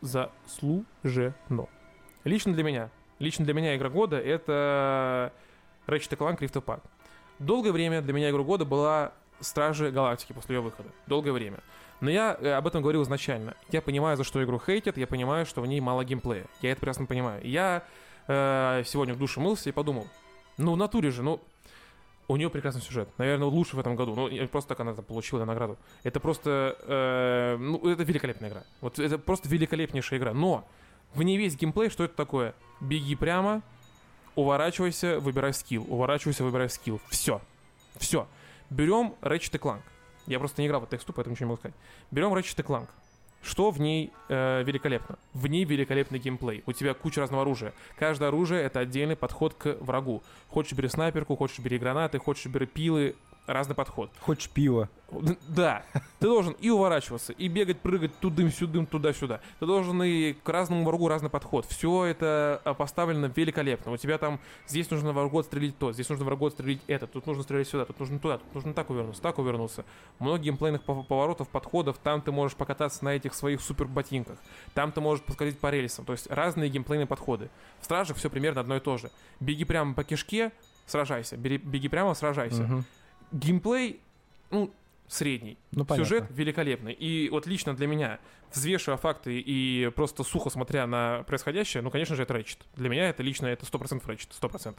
заслужено. Лично для меня. Лично для меня игра года — это Ratchet и Clank Rift Apart. Долгое время для меня игра года была Стражи Галактики после ее выхода. Долгое время. Но я э, об этом говорил изначально. Я понимаю, за что игру хейтят, я понимаю, что в ней мало геймплея. Я это прекрасно понимаю. Я э, сегодня в душе мылся и подумал, ну в натуре же, ну у нее прекрасный сюжет. Наверное, лучший в этом году. Ну, я- просто так она там получила награду. Это просто... э, ну, это великолепная игра. Вот это просто великолепнейшая игра. Но в ней весь геймплей, что это такое? Беги прямо, уворачивайся, выбирай скилл. Уворачивайся, выбирай скилл. Все. Все. Берем Ratchet и Clank. Я просто не играл в эту тексту, поэтому ничего не могу сказать. Берем Ratchet и Clank. Что в ней э, великолепно? В ней великолепный геймплей. У тебя куча разного оружия. Каждое оружие — это отдельный подход к врагу. Хочешь бери снайперку, хочешь бери гранаты, хочешь бери пилы. Разный подход. Хочешь пиво? Да. Ты должен и уворачиваться, и бегать, прыгать тудым-сюдым, туда-сюда. Ты должен и к разному врагу разный подход. Все это а, поставлено великолепно. У тебя там здесь нужно врагу отстрелить то, здесь нужно врагу отстрелить это, тут нужно стрелять сюда, тут нужно туда, тут нужно так увернуться, так увернуться. Много геймплейных пов- поворотов, подходов. Там ты можешь покататься на этих своих супер ботинках. Там ты можешь поскользить по рельсам. То есть разные геймплейные подходы. В Стражах все примерно одно и то же. Беги прямо по кишке, сражайся. Бери, беги прямо, сражайся. Мгм. Геймплей, ну, средний. Ну, понятно. Сюжет великолепный. И вот лично для меня, взвешивая факты и просто сухо смотря на происходящее, ну, конечно же, это Ratchet. Для меня это лично это сто процентов Ratchet. сто процентов.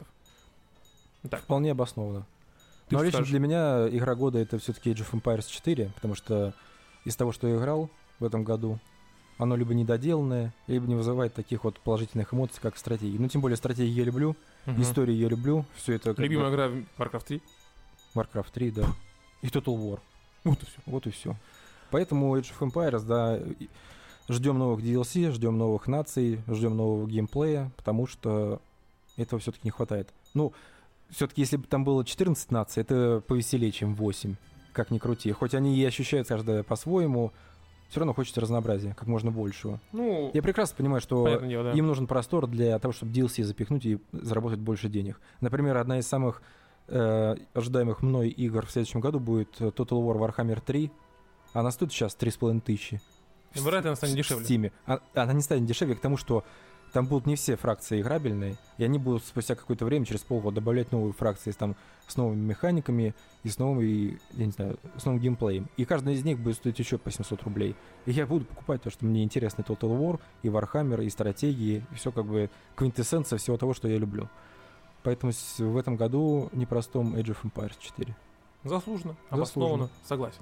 Так, Вполне обоснованно. Ты Но что лично скажешь? для меня игра года — это все-таки Age of Empires четыре, потому что из того, что я играл в этом году, оно либо недоделанное, либо не вызывает таких вот положительных эмоций, как стратегии. Ну, тем более стратегии я люблю, Мгм. истории я люблю, все это... как Любимая бы игра Warcraft три. Warcraft три, да. И Total War. Вот и все. Вот и все. Поэтому Age of Empires, да, ждем новых ди эл си, ждем новых наций, ждем нового геймплея, потому что этого все-таки не хватает. Ну, все-таки, если бы там было четырнадцать наций, это повеселее, чем восемь, как ни крути. Хоть они и ощущают каждая по-своему, все равно хочется разнообразия, как можно большего. Ну, Я прекрасно понимаю, что понятное дело, да. им нужен простор для того, чтобы ди эл си запихнуть и заработать больше денег. Например, одна из самых э, ожидаемых мной игр в следующем году будет Total War Warhammer три. Она стоит сейчас три с половиной тысячи. И вероятно, она станет в дешевле. Steam. А- Она не станет дешевле к тому, что там будут не все фракции играбельные, и они будут спустя какое-то время, через полгода, добавлять новые фракции там, с новыми механиками и с новым, я не знаю, с новым геймплеем. И каждая из них будет стоить еще по семьсот рублей. И я буду покупать то, что мне интересно: Total War, и Warhammer, и стратегии, и все как бы квинтэссенция всего того, что я люблю. Поэтому с- в этом году непростом Age of Empires четыре. Заслуженно, Заслуженно. обоснованно, согласен.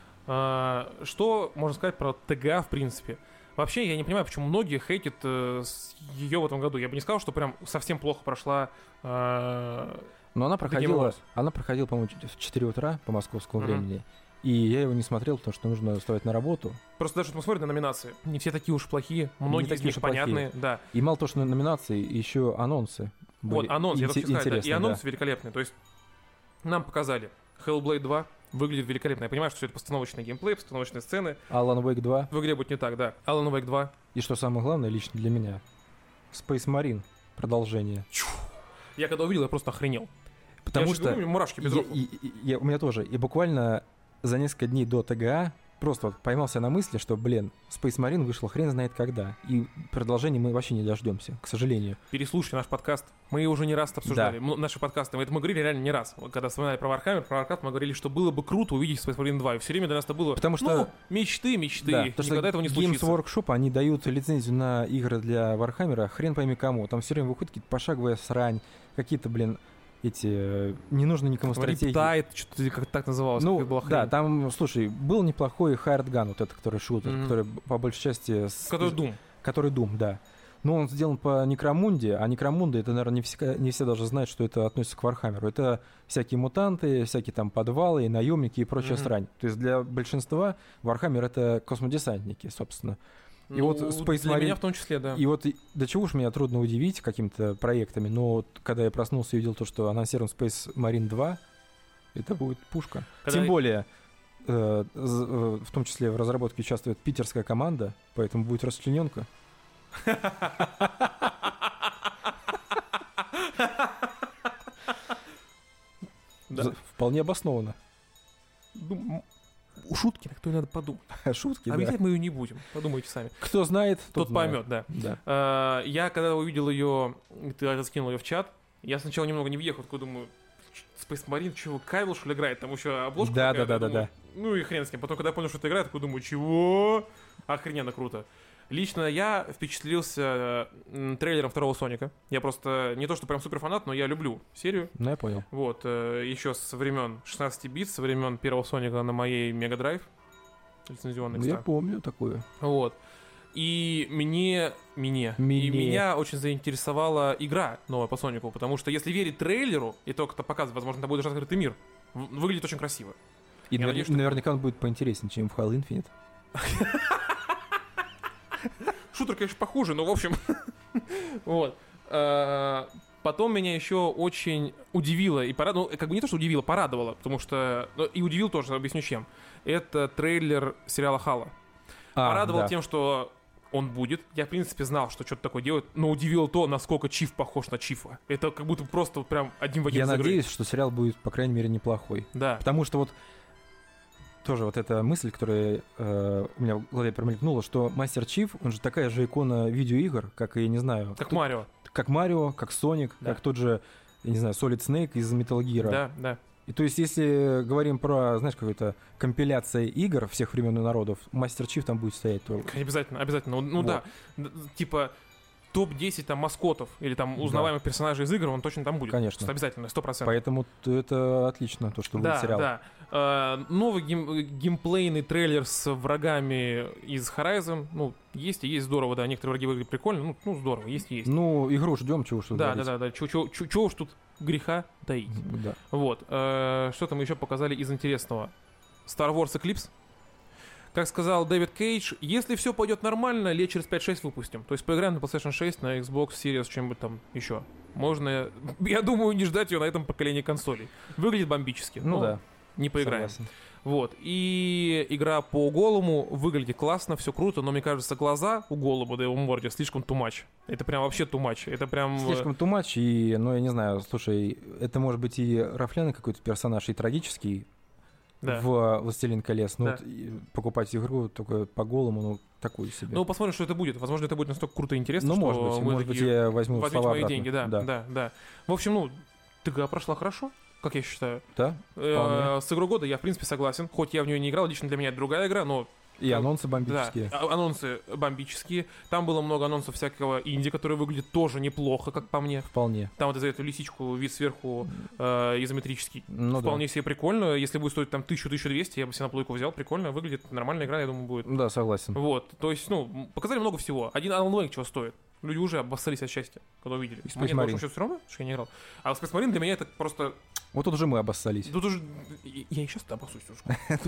А, что можно сказать про ТГА в принципе? Вообще, я не понимаю, почему многие хейтят э, ее в этом году. Я бы не сказал, что прям совсем плохо прошла. э, Но она Game проходила, Awards. она проходила, по-моему, в четыре утра по московскому Мгм. времени. И я его не смотрел, потому что нужно вставать на работу. Просто даже вот смотрят на номинации. Не все такие уж плохие, многие из такие них уж и понятные. Да. И мало того, что на номинации, еще анонсы. Вот, были анонс, я инте- только хотел сказать, да, и интересные, анонс великолепный. То есть нам показали Hellblade два, выглядит великолепно. Я понимаю, что все это постановочный геймплей, постановочные сцены. да. Alan Wake два. В игре будет не так, да. Alan Wake два. И что самое главное, лично для меня, Space Marine. Продолжение. Я когда увидел, я просто охренел. Потому я же что... говорю, у меня мурашки без я- рофла. и- и- я- у меня тоже. И буквально за несколько дней до ТГА просто вот поймался на мысли, что, блин, Space Marine вышел хрен знает когда, и продолжения мы вообще не дождемся, к сожалению. Переслушайте наш подкаст. Мы уже не раз обсуждали. Да. Наши подкасты. Мы это мы говорили реально не раз. Когда вспоминали про Warhammer, про Warcraft, мы говорили, что было бы круто увидеть Space Marine два. И все время для нас это было, потому что, ну, мечты, мечты. Да, никогда что этого не случится. Games Workshop, они дают лицензию на игры для Warhammer, хрен пойми кому. Там все время выходит какие-то пошаговая срань, какие-то, блин, эти не нужно никому стратегии. Riptide, что-то как так называлось. Ну, была да, там, слушай, был неплохой Hired Gun, вот этот, который шутер, mm-hmm. который по большей части... С... Который Doom. Который Doom, да. Но он сделан по Некромунде, а Некромунда, это, наверное, не все, не все даже знают, что это относится к Вархаммеру. Это всякие мутанты, всякие там подвалы, наемники и прочая mm-hmm. срань. То есть для большинства Вархаммер — это космодесантники, собственно. И ну, вот Space для Marine, меня в том числе, да. И вот до чего уж меня трудно удивить какими-то проектами, но вот когда я проснулся и увидел то, что анонсирован Space Marine два, это будет пушка. Когда... Тем более, э, э, в том числе в разработке участвует питерская команда, поэтому будет расчлененка. Вполне обоснованно. Шутки, на кто надо подумать. Шутки, а да. Объяснять мы ее не будем. Подумайте сами. Кто знает, тот, тот поймет, да. да. А, я когда увидел ее, ты скинул ее в чат, я сначала немного не въехал, такой думаю, Space Marine, чего, Кайвел, что ли, играет? Там еще обложка да, такая, да, да, думаю, да, да. Ну и хрен с ним. Потом, когда я понял, что это играет, такой думаю, чего? Охрененно круто. Лично я впечатлился трейлером второго Соника. Я просто не то, что прям супер фанат, но я люблю серию. Ну, я понял. Вот, еще со времен шестнадцати бит, со времен первого Соника на моей Мега Драйв. Лицензионный, ну, я помню такое. Вот. И мне, мне, мне. И меня очень заинтересовала игра новая по Сонику, потому что если верить трейлеру, и то, кто показывает, возможно, это будет открытый мир, выглядит очень красиво. И навер- надеюсь, наверняка что... он будет поинтереснее, чем в Halo Infinite. Шутер, конечно, похуже, но в общем... Вот. Потом меня еще очень удивило и порадовало, ну, как бы не то, что удивило, порадовало, потому что... И удивил тоже, объясню чем. Это трейлер сериала «Хало». А, порадовал да. тем, что он будет. Я, в принципе, знал, что что-то такое делает, но удивило то, насколько Чиф похож на Чифа. Это как будто просто прям один в один. Я надеюсь, что сериал будет, по крайней мере, неплохой. Да. Потому что вот тоже вот эта мысль, которая э, у меня в голове промелькнула, что Мастер Чиф, он же такая же икона видеоигр, как и, не знаю... Как кто, Марио. Как Марио, как Соник, да. как тот же, я не знаю, Solid Snake из Metal Gear. Да, да. И то есть, если говорим про, знаешь, какую-то компиляция игр всех времен и народов, Мастер Чиф там будет стоять только. Обязательно, обязательно. Ну, ну вот. да, типа топ десять там маскотов или там узнаваемых да. персонажей из игр, он точно там будет. Конечно. Обязательно, сто процентов. Поэтому это отлично, то, что да, будет сериал. Да, да. Новый гейм, геймплейный трейлер с врагами из Horizon. Ну, есть и есть, здорово, да. Некоторые враги выглядят прикольно. Ну, ну здорово, есть и есть. Ну, игру ждем, чего уж тут Да, говорить. да, да, да. Чего уж тут греха таить. Да. Вот. Что там еще показали из интересного? Star Wars Eclipse. Как сказал Дэвид Кейдж, если все пойдет нормально, лет через пять-шесть выпустим. То есть поиграем на PlayStation шесть, на Xbox Series, чем-нибудь там еще. Можно, я думаю, не ждать ее на этом поколении консолей. Выглядит бомбически. Ну да. Не поиграем. Согласен. Вот. И игра по голому выглядит классно, все круто, но мне кажется, глаза у голуба, да его морде, слишком too much. Это прям вообще too much. Это прям... Слишком too much, и, ну, я не знаю, слушай, это может быть и рафляный какой-то персонаж, и трагический да. в «Властелин колец». Ну, да. вот, покупать игру только по голому, ну, такую себе. Ну, посмотрим, что это будет. Возможно, это будет настолько круто и интересно, ну, что может быть, мы может быть, я возьму возьмите слова мои обратно. деньги, да, да, да, да. В общем, ну, ТГА прошла хорошо, как я считаю. Да? Э, с игрой года я, в принципе, согласен. Хоть я в нее не играл, лично для меня это другая игра, но... И анонсы бомбические. Да, анонсы бомбические. Там было много анонсов всякого инди, который выглядит тоже неплохо, как по мне. Вполне. Там вот из-за эту лисичку, вид сверху э, изометрический. Ну, вполне да. себе прикольно. Если будет стоить там тысячу-тысячу двести, я бы себе на плойку взял. Прикольно, выглядит. Нормальная игра, я думаю, будет. Да, согласен. Вот, то есть, ну, показали много всего. Один Alan Wake чего стоит. Люди уже обоссались от счастья, когда увидели. И Мне Space Marine. все равно, что я не играл. А Space Marine для меня это просто... Вот тут уже мы обоссались. Тут уже... Я и сейчас обоссусь уже.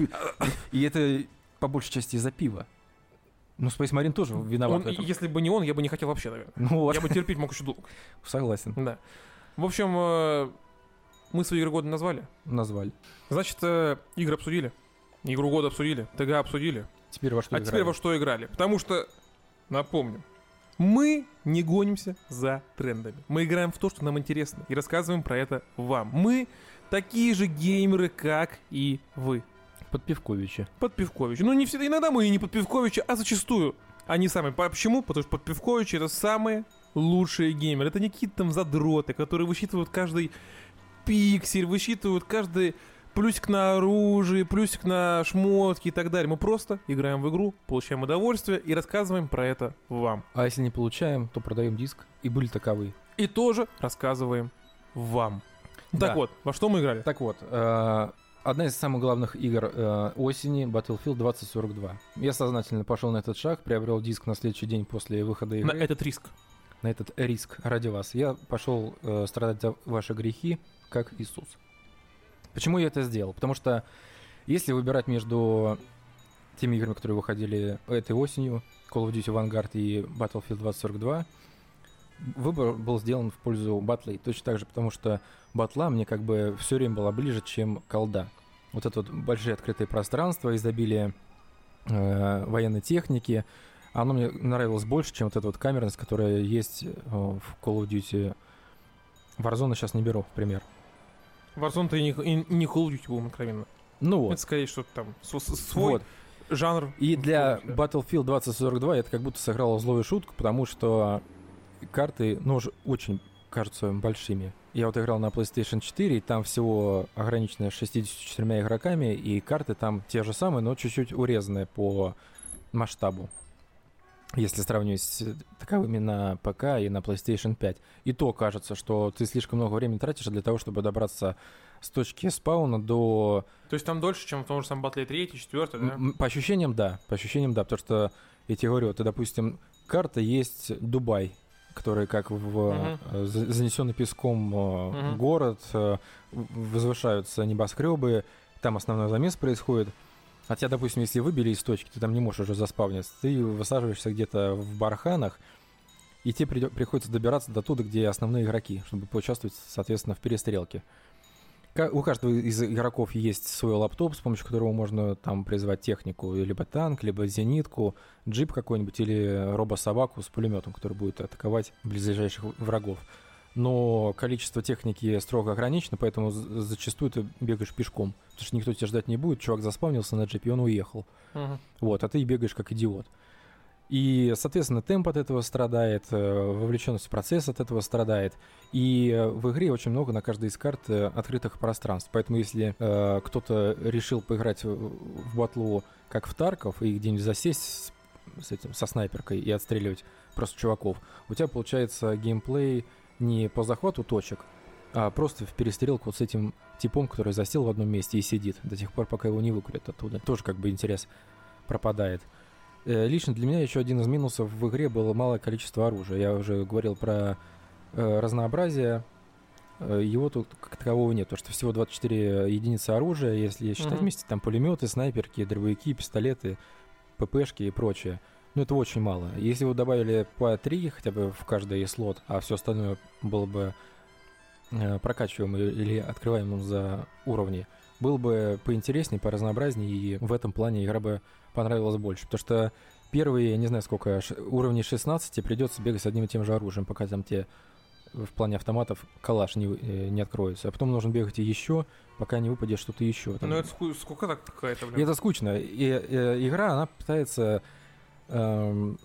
И это по большей части из-за пива. Ну, Space Marine тоже виноват он, в этом. Если бы не он, я бы не хотел вообще, наверное. Ну, вот. Я бы терпеть мог еще долго. Согласен. Да. В общем, мы свои игры года назвали. Назвали. Значит, игры обсудили. Игру года обсудили. ТГ обсудили. Теперь во что а играли? теперь во что играли. Потому что, напомню, мы не гонимся за трендами. Мы играем в то, что нам интересно. И рассказываем про это вам. Мы такие же геймеры, как и вы. Подпивковичи. Подпивковичи. Ну, не всегда, иногда мы и не подпивковичи, а зачастую они самые. Почему? Потому что подпивковичи — это самые лучшие геймеры. Это не какие-то там задроты, которые высчитывают каждый пиксель, высчитывают каждый плюсик на оружие, плюсик на шмотки и так далее. Мы просто играем в игру, получаем удовольствие и рассказываем про это вам. А если не получаем, то продаем диск. И были таковы. И тоже рассказываем вам. Да. Так вот, во что мы играли? Так вот, э, одна из самых главных игр э, осени — Battlefield двадцать сорок два. Я сознательно пошел на этот шаг, приобрел диск на следующий день после выхода игры. На этот риск. На этот риск ради вас. Я пошел э, страдать за ваши грехи, как Иисус. Почему я это сделал? Потому что если выбирать между теми играми, которые выходили этой осенью, Call of Duty Vanguard и Battlefield двадцать сорок два, выбор был сделан в пользу батлей. Точно так же, потому что батла мне как бы все время была ближе, чем колда. Вот это вот большие открытые пространства, изобилие э, военной техники, оно мне нравилось больше, чем вот эта вот камерность, которая есть э, в Call of Duty. Warzone сейчас не беру, в пример. Warzone-то и не, и не Call of Duty, будем откровенно. Ну вот. Это скорее что-то там с- с- свой Вот. жанр. И для Да. Battlefield двадцать сорок два это как будто сыграло злую шутку, потому что карты, ну, уже очень кажутся большими. Я вот играл на PlayStation четыре, и там всего ограничено шестьюдесятью четырьмя игроками, и карты там те же самые, но чуть-чуть урезанные по масштабу. Если сравнивать с таковыми на ПК и на PlayStation пять. И то кажется, что ты слишком много времени тратишь для того, чтобы добраться с точки спауна до... То есть там дольше, чем в том же самом батле третий, четвертый, да? М, По ощущениям, да. По ощущениям, да. Потому что, я тебе говорю, ты, допустим, карта есть Дубай, который как в Мгм. э, за- занесенный песком э, Мгм. город, э, в- возвышаются небоскребы, там основной замес происходит. А тебя, допустим, если выбили из точки, ты там не можешь уже заспавниться, ты высаживаешься где-то в барханах, и тебе придё- приходится добираться до туда, где основные игроки, чтобы поучаствовать, соответственно, в перестрелке. Ка- У каждого из игроков есть свой лаптоп, с помощью которого можно там призвать технику, либо танк, либо зенитку, джип какой-нибудь или робособаку с пулеметом, который будет атаковать близлежащих врагов. Но количество техники строго ограничено, поэтому з- зачастую ты бегаешь пешком, потому что никто тебя ждать не будет, чувак заспавнился на джипе, он уехал. Мгм. Вот, а ты бегаешь как идиот. И, соответственно, темп от этого страдает, э, вовлеченность в процесс от этого страдает. И э, в игре очень много на каждой из карт э, открытых пространств. Поэтому если э, кто-то решил поиграть в, в батлу как в Тарков и где-нибудь засесть с, с этим, со снайперкой и отстреливать просто чуваков, у тебя получается геймплей не по захвату точек, а просто в перестрелку вот с этим типом, который засел в одном месте и сидит до тех пор, пока его не выкурят оттуда. Тоже как бы интерес пропадает. Э, Лично для меня еще один из минусов в игре было малое количество оружия. Я уже говорил про э, разнообразие. Э, его тут как такового нет, потому что всего двадцать четыре единицы оружия, если считать Мгм. вместе, там пулеметы, снайперки, дробовики, пистолеты, ППшки и прочее. Ну, это очень мало. Если вы добавили по три хотя бы в каждый слот, а все остальное было бы э, прокачиваемым или открываемым за уровни, было бы поинтереснее, поразнообразнее, и в этом плане игра бы понравилась больше. Потому что первые, я не знаю сколько, ш- уровней шестнадцать придется бегать с одним и тем же оружием, пока там те в плане автоматов калаш не, вы- э, не откроется. А потом нужно бегать и еще, пока не выпадет что-то еще. Там. Ну это ску- сколько так какая-то, И блин? это скучно. И, э, игра, она пытается эм,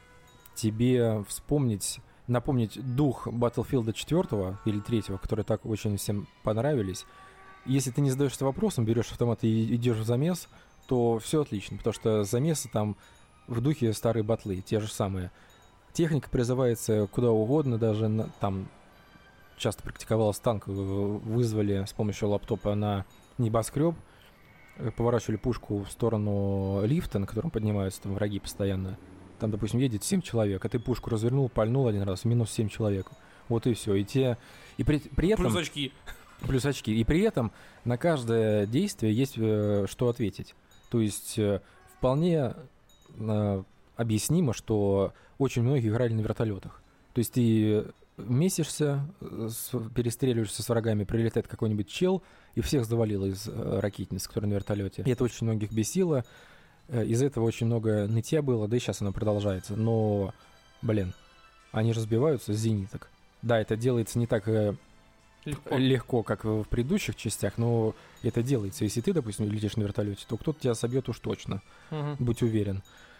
тебе вспомнить, напомнить дух Battlefield четыре или три, которые так очень всем понравились. Если ты не задаешься вопросом, берешь автомат и идешь в замес, то все отлично, потому что замесы там в духе старые батлы, те же самые. Техника призывается куда угодно, даже на- там часто практиковалась танк, э, вызвали с помощью лаптопа на небоскреб, э, поворачивали пушку в сторону лифта, на котором поднимаются там враги постоянно. Там, допустим, едет семь человек, а ты пушку развернул, пальнул один раз, минус семь человек. Вот и все. И, те... и при, при этом... Плюс очки. Плюс очки. И при этом на каждое действие есть э, что ответить. То есть э, вполне э, объяснимо, что очень многие играли на вертолетах. То есть ты месишься, э, с- перестреливаешься с врагами, прилетает какой-нибудь чел, и всех завалило из э, ракетницы, которые на вертолете. И это очень многих бесило. Э, из-за этого очень много нытья было, да и сейчас оно продолжается. Но, блин, они разбиваются с зениток. Да, это делается не так... э, Легко. легко, как в предыдущих частях, но это делается. Если ты, допустим, летишь на вертолете, то кто-то тебя собьет уж точно. Угу. Будь уверен.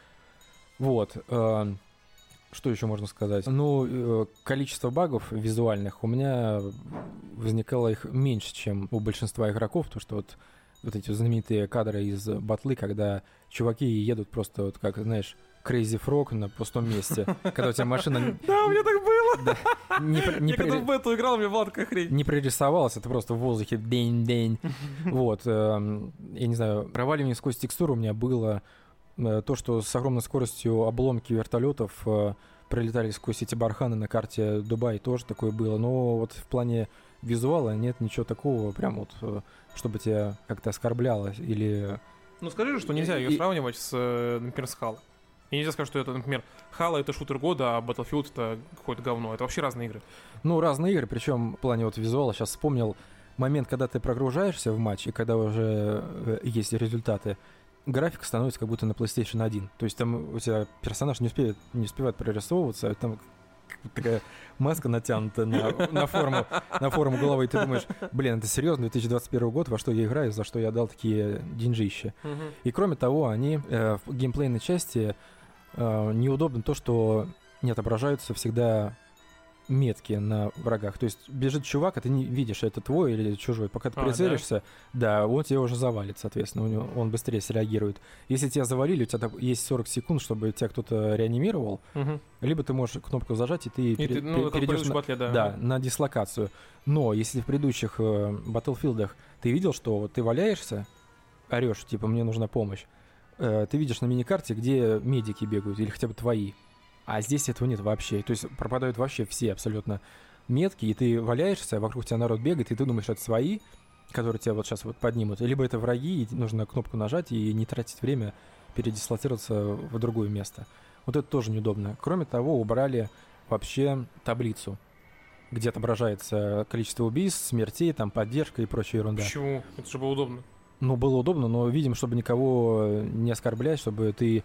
Вот. э, Что еще можно сказать? Ну, э, количество багов визуальных у меня возникало их меньше, чем у большинства игроков, потому что вот, вот эти знаменитые кадры из батлы, когда чуваки едут просто вот как, знаешь, Crazy Frog на пустом месте, когда у тебя машина... Да, у меня так было! Да, не, при- не Я когда при- в бету играл, у меня была такая хрень. не прорисовалось, это просто в воздухе день-день. Вот, эм, я не знаю, проваливание сквозь текстуру у меня было э, то, что с огромной скоростью обломки вертолетов э, пролетали сквозь эти барханы на карте Дубай, тоже такое было. Но вот в плане визуала нет ничего такого, прям вот, э, чтобы тебя как-то оскорбляло или... Ну скажи же, что нельзя ее И- сравнивать с, э, например, с Halo. И нельзя сказать, что это, например, Halo это шутер года, а Battlefield это какое-то говно. Это вообще разные игры. Ну, разные игры, причем в плане вот визуала. Сейчас вспомнил момент, когда ты прогружаешься в матч, и когда уже э, есть результаты, графика становится как будто на PlayStation один. То есть там у тебя персонаж не успеет, не успевает прорисовываться, а там такая маска натянута на, на, форму, на форму головы, и ты думаешь, блин, это серьезно, две тысячи двадцать первый год, во что я играю, за что я дал такие деньжища. И кроме того, они э, в геймплейной части э, неудобно то, что не отображаются всегда метки на врагах. То есть бежит чувак, а ты не видишь, это твой или чужой. Пока ты А, прицелишься, да? да, он тебя уже завалит, соответственно, у него, он быстрее среагирует. Если тебя завалили, у тебя так- есть сорок секунд, чтобы тебя кто-то реанимировал, Угу. либо ты можешь кнопку зажать, и ты, И пере- ты, ну, пере- как в перейдешь предыдущем на, батле, да. да, на дислокацию. Но если в предыдущих э, Батлфилдах ты видел, что вот ты валяешься, орешь, типа, мне нужна помощь, э, ты видишь на миникарте, где медики бегают, или хотя бы твои. А здесь этого нет вообще. То есть пропадают вообще все абсолютно метки, и ты валяешься, вокруг тебя народ бегает, и ты думаешь, это свои, которые тебя вот сейчас вот поднимут, либо это враги, и нужно кнопку нажать и не тратить время передислоцироваться в другое место. Вот это тоже неудобно. Кроме того, убрали вообще таблицу, где отображается количество убийств, смертей, там поддержка и прочая ерунда. Почему? Это же было удобно. Ну, было удобно, но, видимо, чтобы никого не оскорблять, чтобы ты...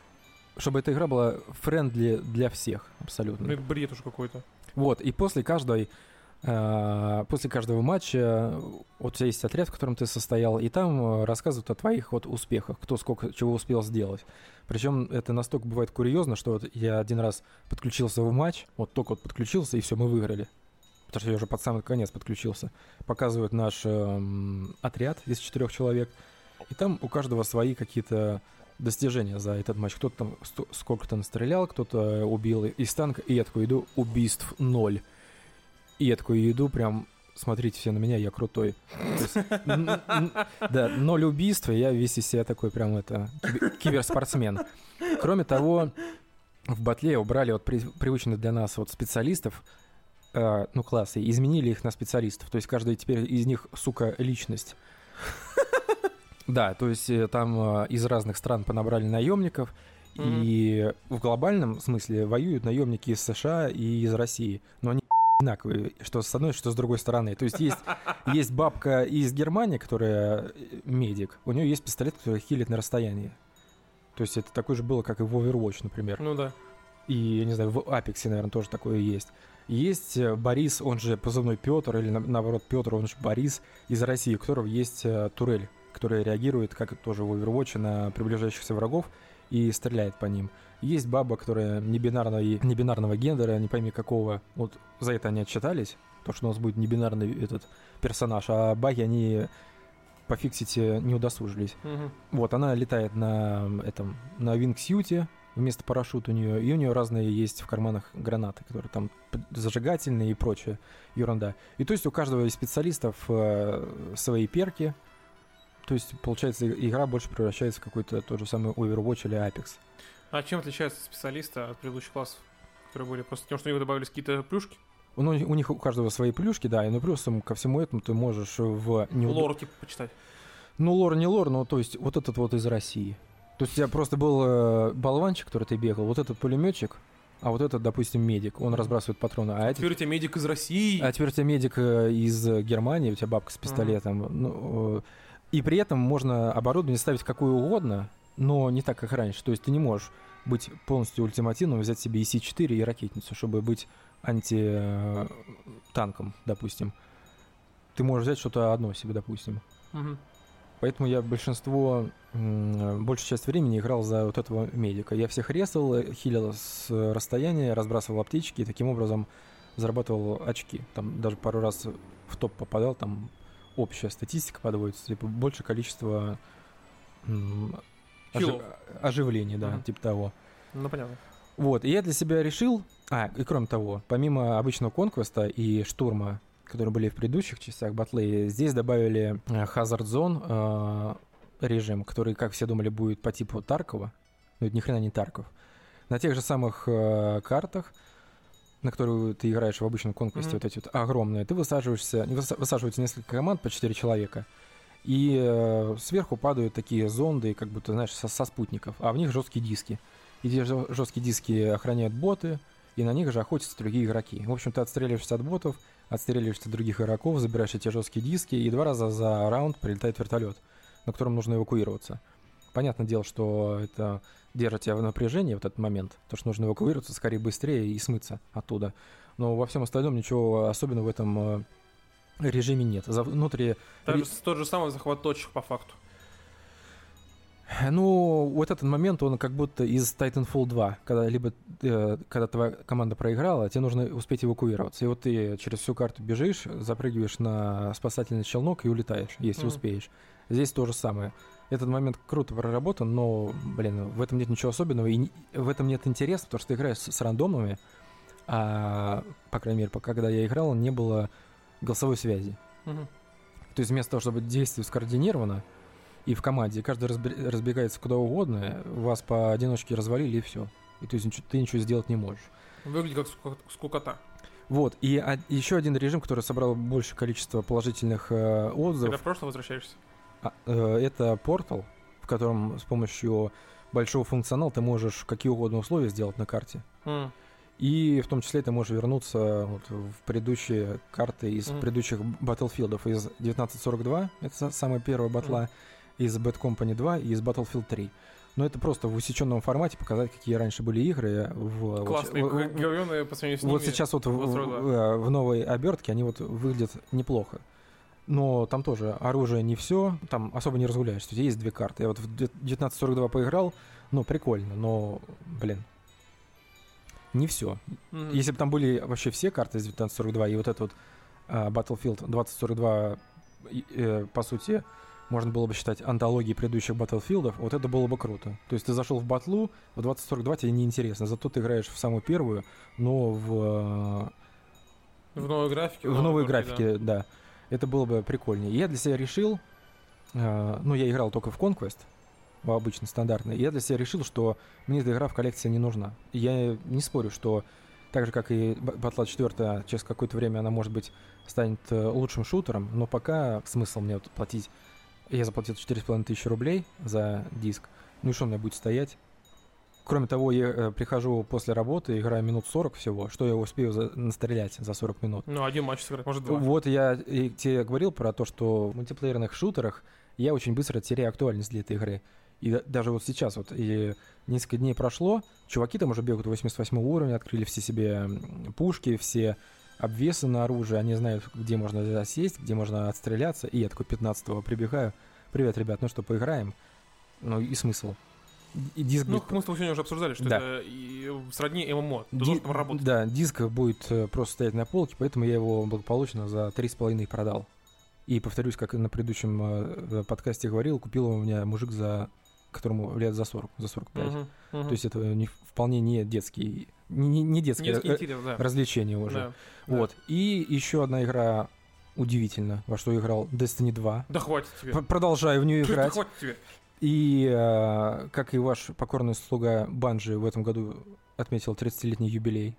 Чтобы эта игра была френдли для всех, абсолютно. Ну, это бред уже какой-то. Вот, и после каждой... э, после каждого матча вот у тебя есть отряд, в котором ты состоял, и там э, рассказывают о твоих вот успехах, кто сколько чего успел сделать. Причем это настолько бывает курьезно, что вот я один раз подключился в матч, вот только вот подключился, и все, мы выиграли. Потому что я уже под самый конец подключился. Показывают наш эм, отряд из четырех человек, и там у каждого свои какие-то достижения за этот матч. Кто-то там сто- сколько-то настрелял, кто-то убил из танка, и я такой иду, убийств ноль. И я такой иду, прям, смотрите все на меня, я крутой. То есть, н- н- Да, ноль убийств, и я весь из себя такой прям это, кибер- киберспортсмен. Кроме того, в батле убрали вот при- привычных для нас вот специалистов, э, ну, классы, изменили их на специалистов. То есть каждый теперь из них, сука, личность. Да, то есть э, там э, из разных стран понабрали наемников, Мгм. и в глобальном смысле воюют наемники из США и из России. Но они одинаковые, что с одной, что с другой стороны. То есть есть, есть бабка из Германии, которая э, медик, у нее есть пистолет, который хилит на расстоянии. То есть это такое же было, как и в Overwatch, например. Ну да. И, я не знаю, в Apex, наверное, тоже такое есть. Есть э, Борис, он же позывной Петр, или на- наоборот Петр, он же Борис, из России, у которого есть э, турель, которая реагирует, как тоже в Overwatch, на приближающихся врагов и стреляет по ним. Есть баба, которая небинарного, небинарного гендера, не пойми какого. Вот за это они отчитались, то, что у нас будет небинарный этот персонаж, а баги они пофиксить э, не удосужились. Мгм. Вот, она летает на этом, на вингсьюте, вместо парашюта у нее, и у нее разные есть в карманах гранаты, которые там п- зажигательные и прочая ерунда. И то есть у каждого из специалистов э, свои перки, то есть, получается, и- игра больше превращается в какой-то тот же самый Overwatch или Apex. А чем отличаются специалисты от предыдущих классов, которые были? Просто тем, что у них добавились какие-то плюшки? Ну, у них у каждого свои плюшки, да, и ну плюсом ко всему этому ты можешь в... неудо- Лор, типа, почитать. Ну, лор не лор, но то есть вот этот вот из России. То есть у тебя просто был э, болванчик, который ты бегал, вот этот пулеметчик, а вот этот, допустим, медик, он разбрасывает патроны. А, эти- Теперь у тебя медик из России. а теперь у тебя медик э, из Германии, у тебя бабка с пистолетом. Ну, э, и при этом можно оборудование ставить какое угодно, но не так, как раньше. То есть ты не можешь быть полностью ультимативным, взять себе и си четыре и ракетницу, чтобы быть антитанком, допустим. ты можешь взять что-то одно себе, допустим. Угу. Поэтому я большинство, м, большую часть времени играл за вот этого медика. Я всех резал, хилил с расстояния, разбрасывал аптечки и таким образом зарабатывал очки. Там даже пару раз в топ попадал, там общая статистика подводится, типа больше количества м, ожи- оживлений, да, Мгм. типа того. Ну, понятно. Вот, и я для себя решил... А, и кроме того, помимо обычного конквеста и штурма, которые были в предыдущих частях батлы, здесь добавили э, Hazard Zone э, режим, который, как все думали, будет по типу Таркова. Но это ни хрена не Тарков. На тех же самых э, картах, на которые ты играешь в обычном конквесте, Мгм. вот эти вот огромные, ты высаживаешься... не выс- Высаживается несколько команд по четыре человека, и э, сверху падают такие зонды, как будто, знаешь, со, со спутников, а в них жесткие диски. И эти жё- жесткие диски охраняют боты, и на них же охотятся другие игроки. В общем, ты отстреливаешься от ботов, отстреливаешься от других игроков, забираешь эти жесткие диски, и два раза за раунд прилетает вертолет, на котором нужно эвакуироваться. Понятное дело, что это держит тебя в напряжении в этот момент, потому что нужно эвакуироваться скорее быстрее и смыться оттуда. Но во всем остальном ничего особенного в этом э, режиме нет. За, внутри... Также тот же самый захват точек по факту. Ну, вот этот момент, он как будто из Titanfall два, когда либо э, когда твоя команда проиграла, тебе нужно успеть эвакуироваться. И вот ты через всю карту бежишь, запрыгиваешь на спасательный челнок и улетаешь, если Мгм. успеешь. Здесь то же самое. Этот момент круто проработан, но, блин, в этом нет ничего особенного, и не- в этом нет интереса, потому что ты играешь с, с рандомами, а, по крайней мере, пока когда я играл, не было голосовой связи. Мгм. То есть вместо того, чтобы действие скоординировано, и в команде каждый разбе- разбегается куда угодно, вас поодиночке развалили, и все. И то есть ничего- ты ничего сделать не можешь. Выглядит как ску- скукота. Вот, и а- еще один режим, который собрал большее количество положительных э, Когда отзывов, в прошлое возвращаешься. а, э, это Portal, в котором с помощью большого функционала ты можешь какие угодно условия сделать на карте. М. И в том числе ты можешь вернуться вот в предыдущие карты из Мгм. предыдущих Battlefield'ов, из девятнадцать сорок два, это са- самая первая батла, из Bad Company два и из Battlefield три. Но это просто в усеченном формате показать, какие раньше были игры. В, Классные, вот, в- в- говёные по сравнению с ними. вот сейчас вот в, двадцать в- сорок два. в- в новой обертке они вот выглядят неплохо. Но там тоже оружие не все, там особо не разгуляешься. У тебя есть две карты. Я вот в девятнадцать сорок два поиграл, ну, прикольно, но, блин, не все. Мгм. Если бы там были вообще все карты из девятнадцать сорок два и вот этот вот а, Battlefield двадцать сорок два, и, э, по сути, можно было бы считать антологией предыдущих Battlefield'ов, вот это было бы круто. То есть ты зашел в батлу, в двадцать сорок два тебе неинтересно, зато ты играешь в самую первую, но в, В новой графике. в новой графике, графике, да. Это было бы прикольнее. И я для себя решил, э, ну, я играл только в Conquest, в обычный, стандартный, и я для себя решил, что мне эта игра в коллекции не нужна. Я не спорю, что так же, как и Батла четыре, через какое-то время она, может быть, станет э, лучшим шутером, но пока смысл мне вот платить. Я заплатил четыре с половиной тысячи рублей за диск. Ну и что у меня будет стоять? Кроме того, я э, прихожу после работы, играю минут сорок всего. Что я успею за, настрелять за сорок минут? да. Ну, один матч сыграть, может, два. Вот я и тебе говорил про то, что в мультиплеерных шутерах я очень быстро теряю актуальность для этой игры. И да- даже вот сейчас вот и несколько дней прошло, чуваки там уже бегают восемьдесят восьмого уровня, открыли все себе м, пушки, все обвесы на оружие, они знают, где можно засесть, где можно отстреляться. И я такой пятнадцатого прибегаю. Привет, ребят, ну что, поиграем? Ну и смысл? И диск Ну, будет- мы с тобой сегодня уже обсуждали, что Да. это и сродни ММО. Ты Ди- должен там работать. Да, диск будет э, просто стоять на полке, поэтому я его благополучно за три с половиной продал. И повторюсь, как и на предыдущем э, подкасте говорил, купил его у меня мужик, за которому лет за сорок, за сорок пять. Мгм, мгм. То есть это не, вполне не детский, не, не- не детское Детский э, интерес, да. развлечение уже. Да. Вот. И еще одна игра удивительно, во что играл Destiny два. Да хватит тебе. П- Продолжаю в нее Да играть. хватит тебе. И, э, как и ваш покорный слуга Банжи в этом году отметил тридцатилетний юбилей.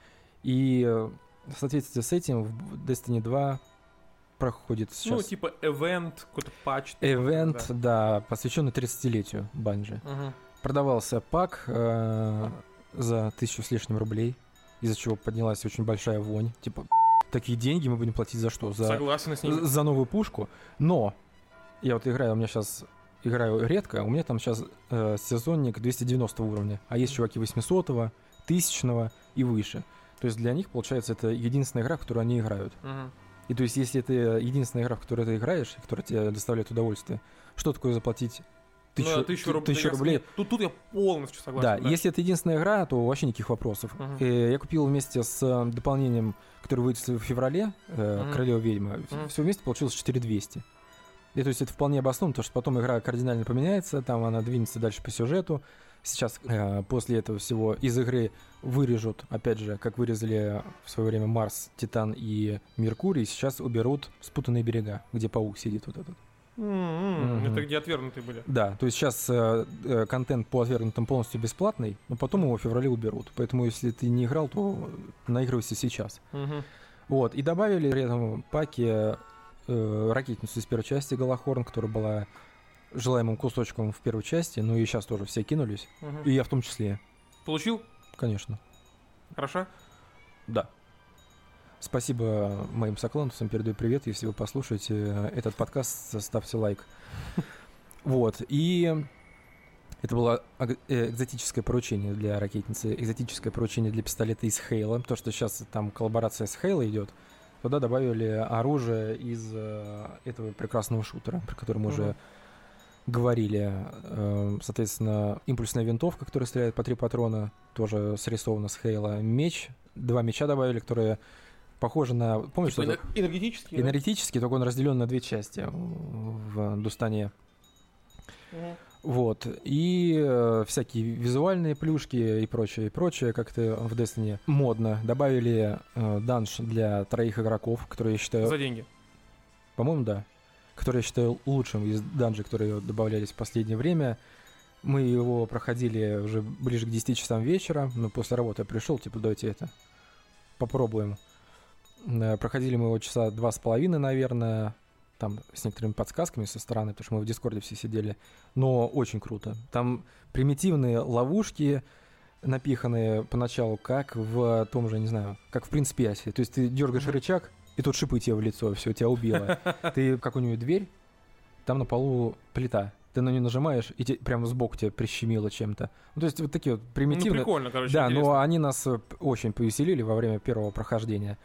И э, в соответствии с этим в Destiny два проходит Ну, сейчас типа, эвент, какой-то патч. эвент, Да. да, посвященный тридцатилетию Банжи. Мгм. Продавался пак э, за тысячу с лишним рублей, из-за чего поднялась очень большая вонь. Типа, такие деньги мы будем платить за что? За, Согласен с ними. за новую пушку. Но я вот играю, у меня сейчас играю редко, у меня там сейчас э, сезонник двести девяносто уровня, а есть чуваки восьмисотого, тысячного и выше. То есть для них, получается, это единственная игра, в которую они играют. Мгм. И то есть, если это единственная игра, в которой ты играешь, которая тебе доставляет удовольствие, что такое заплатить тысячу, ну, тысячу, руб... тысячу рублей? Нет, тут, тут я полностью согласен. Да, да, если это единственная игра, то вообще никаких вопросов. Uh-huh. И я купил вместе с дополнением, которое выйдет в феврале, э, uh-huh. «Королева ведьма», uh-huh. все вместе получилось четыре тысячи двести. И то есть это вполне обоснованно, потому что потом игра кардинально поменяется, там она двинется дальше по сюжету. Сейчас э, после этого всего из игры вырежут, опять же, как вырезали в свое время Марс, Титан и Меркурий, сейчас уберут «Спутанные берега», где паук сидит вот этот. Mm-hmm. Mm-hmm. Это где отвергнутые были. Да, то есть сейчас э, э, контент по отвергнутым полностью бесплатный, но потом его в феврале уберут. Поэтому если ты не играл, то наигрывайся сейчас. Mm-hmm. Вот, и добавили при этом паке э, ракетницу из первой части Галахорн, которая была желаемым кусочком в первой части, но и сейчас тоже все кинулись, Mm-hmm. и я в том числе. Получил? Конечно. Хорошо? Да. Спасибо моим соклановцам, передаю привет. Если вы послушаете этот подкаст, ставьте лайк. Вот, и это было экзотическое поручение для ракетницы, экзотическое поручение для пистолета из Halo, то, что сейчас там коллаборация с Halo идет. Туда добавили оружие из этого прекрасного шутера, про который мы uh-huh. уже говорили. Соответственно, импульсная винтовка, которая стреляет по три патрона, тоже срисована с Halo. Меч, два меча добавили, которые похоже на... Помнишь, типа что энергетический? Энергетический, да? Только он разделен на две части в Дустане. Mm-hmm. Вот. И э, всякие визуальные плюшки и прочее, и прочее, как-то в Destiny модно. Добавили э, данж для троих игроков, которые я считаю... За деньги. По-моему, да. Который я считаю лучшим из данжей, которые добавлялись в последнее время. Мы его проходили уже ближе к десяти часам вечера, но после работы я пришел, типа, давайте это, попробуем. Проходили мы его часа два с половиной, наверное, там с некоторыми подсказками со стороны, потому что мы в Дискорде все сидели, но очень круто. Там примитивные ловушки, напиханные поначалу, как в том же, не знаю, как в «Принц Персии». То есть ты дергаешь рычаг, и тут шипы тебе в лицо, все, тебя убило. Ты какую-нибудь дверь, там на полу плита. Ты на нее нажимаешь, и те, прямо сбоку тебя прищемило чем-то. Ну, то есть вот такие вот примитивные... Ну, прикольно, короче, да, интересно. но они нас очень повеселили во время первого прохождения.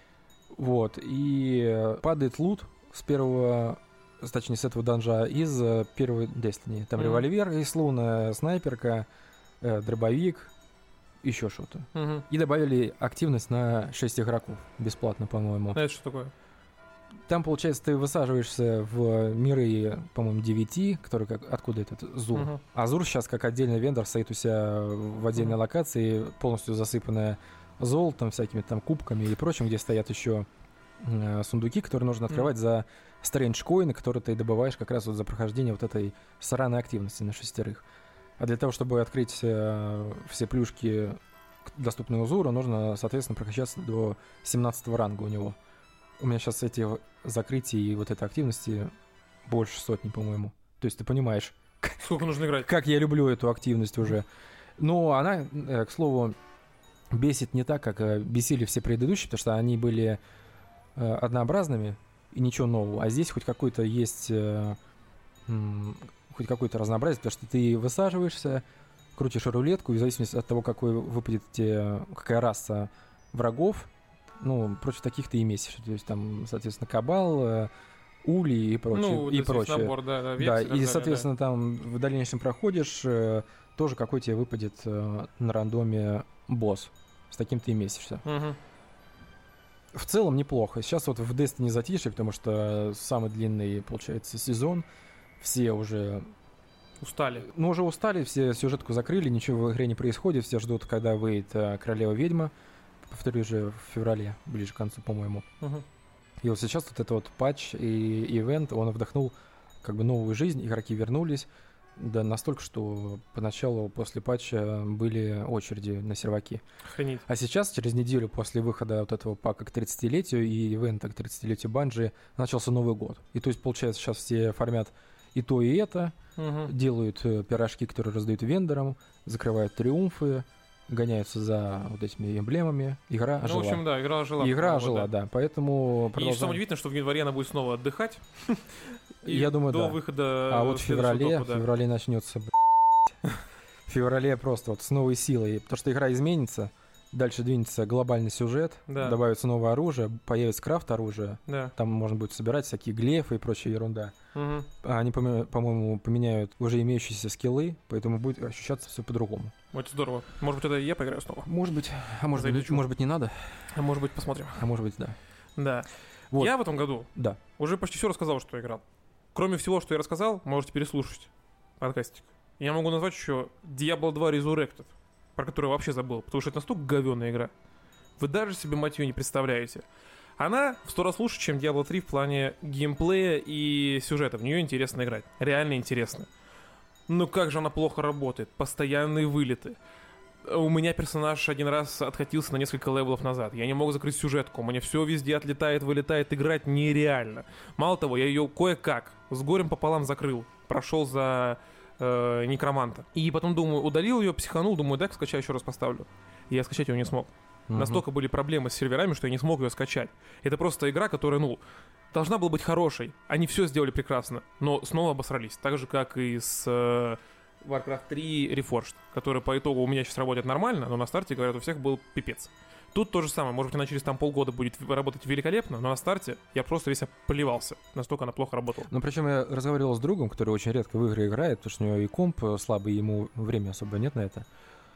Вот, и падает лут с первого, точнее, с этого данжа из первой Destiny. Там mm-hmm. револьвер из луна, снайперка, э, дробовик, еще что-то. Mm-hmm. И добавили активность на шесть игроков, бесплатно, по-моему. А это что такое? Там, получается, ты высаживаешься в миры, по-моему, девяти, который как, откуда этот Зур. Uh-huh. А Зур сейчас как отдельный вендор стоит у себя в отдельной uh-huh. локации, полностью засыпанная золотом, всякими там кубками и прочим, где стоят еще э, сундуки, которые нужно открывать uh-huh. за стрендж-коины, которые ты добываешь как раз вот за прохождение вот этой сраной активности на шестерых. А для того, чтобы открыть э, все плюшки, доступные у Зура, нужно, соответственно, прокачаться до семнадцатого ранга у него. У меня сейчас эти закрытия и вот этой активности больше сотни, по-моему. То есть ты понимаешь, сколько нужно играть. Как я люблю эту активность уже. Но она, к слову, бесит не так, как бесили все предыдущие, потому что они были однообразными и ничего нового. А здесь хоть какой-то есть, хоть какое-то разнообразие, потому что ты высаживаешься, крутишь рулетку, и в зависимости от того, какой выпадет тебе, какая раса врагов, ну, против таких ты и месишь. То есть там, соответственно, Кабал, Ули и прочее. Ну, и прочее. Набор, да, да, да, и, далее, соответственно, да. там в дальнейшем проходишь, э, тоже какой тебе выпадет э, на рандоме босс. С таким ты и месишься. Угу. В целом неплохо. Сейчас вот в Destiny затишье, потому что самый длинный, получается, сезон. Все уже... Устали. Ну, уже устали, все сюжетку закрыли, ничего в игре не происходит. Все ждут, когда выйдет э, Королева-ведьма. Повторю же, в феврале, ближе к концу, по-моему. Uh-huh. И вот сейчас вот этот вот патч и ивент, он вдохнул как бы новую жизнь, игроки вернулись, да настолько, что поначалу после патча были очереди на серваки. Охренеть. А сейчас, через неделю после выхода вот этого пака к тридцатилетию и ивента к тридцатилетию Bungie, начался Новый год. И то есть, получается, сейчас все фармят и то, и это, uh-huh. делают пирожки, которые раздают вендорам, закрывают триумфы, гоняются за вот этими эмблемами. Игра ожила. Ну, в общем, да, игра ожила. Игра ожила, да. да. Поэтому продолжаем. И самое удивительное, что в январе она будет снова отдыхать. Я думаю, до да. выхода. А вот в феврале, в феврале начнется, в феврале просто вот с новой силой. Потому что игра изменится. Дальше двинется глобальный сюжет, Да. добавится новое оружие, появится крафт оружия. Да. Там можно будет собирать всякие глефы и прочая ерунда. Мгм. А Они, помо- по-моему, поменяют уже имеющиеся скиллы, поэтому будет ощущаться все по-другому. Это здорово. Может быть, это и я поиграю снова. Может быть, а может быть, Залечу. может быть, не надо, А может быть, посмотрим. а может быть, да. Да. Вот. Я в этом году Да. уже почти все рассказал, что играл. Кроме всего, что я рассказал, можете переслушать подкастик. Я могу назвать еще Diablo два Resurrected, про который я вообще забыл, потому что это настолько говёная игра. Вы даже себе, мать её, не представляете. Она в сто раз лучше, чем Diablo три в плане геймплея и сюжета. В нее интересно играть. Реально интересно. Но как же она плохо работает. Постоянные вылеты. У меня персонаж один раз откатился на несколько левелов назад. Я не мог закрыть сюжетку. У меня все везде отлетает, вылетает. Играть нереально. Мало того, я ее кое-как с горем пополам закрыл. Прошел за э, некроманта. И потом, думаю, удалил ее, психанул. Думаю, дай скачаю, еще раз поставлю. И я скачать ее не смог. Мгм. Настолько были проблемы с серверами, что я не смог ее скачать. Это просто игра, которая, ну, должна была быть хорошей. Они все сделали прекрасно, но снова обосрались. Так же, как и с э, Warcraft три Reforged, который по итогу у меня сейчас работает нормально, но на старте, говорят, у всех был пипец. Тут то же самое. Может быть, она через там полгода будет работать великолепно, но на старте я просто весь поливался. Настолько она плохо работала. Ну, причем я разговаривал с другом, который очень редко в игры играет, потому что у него и комп слабый, и ему времени особо нет на это.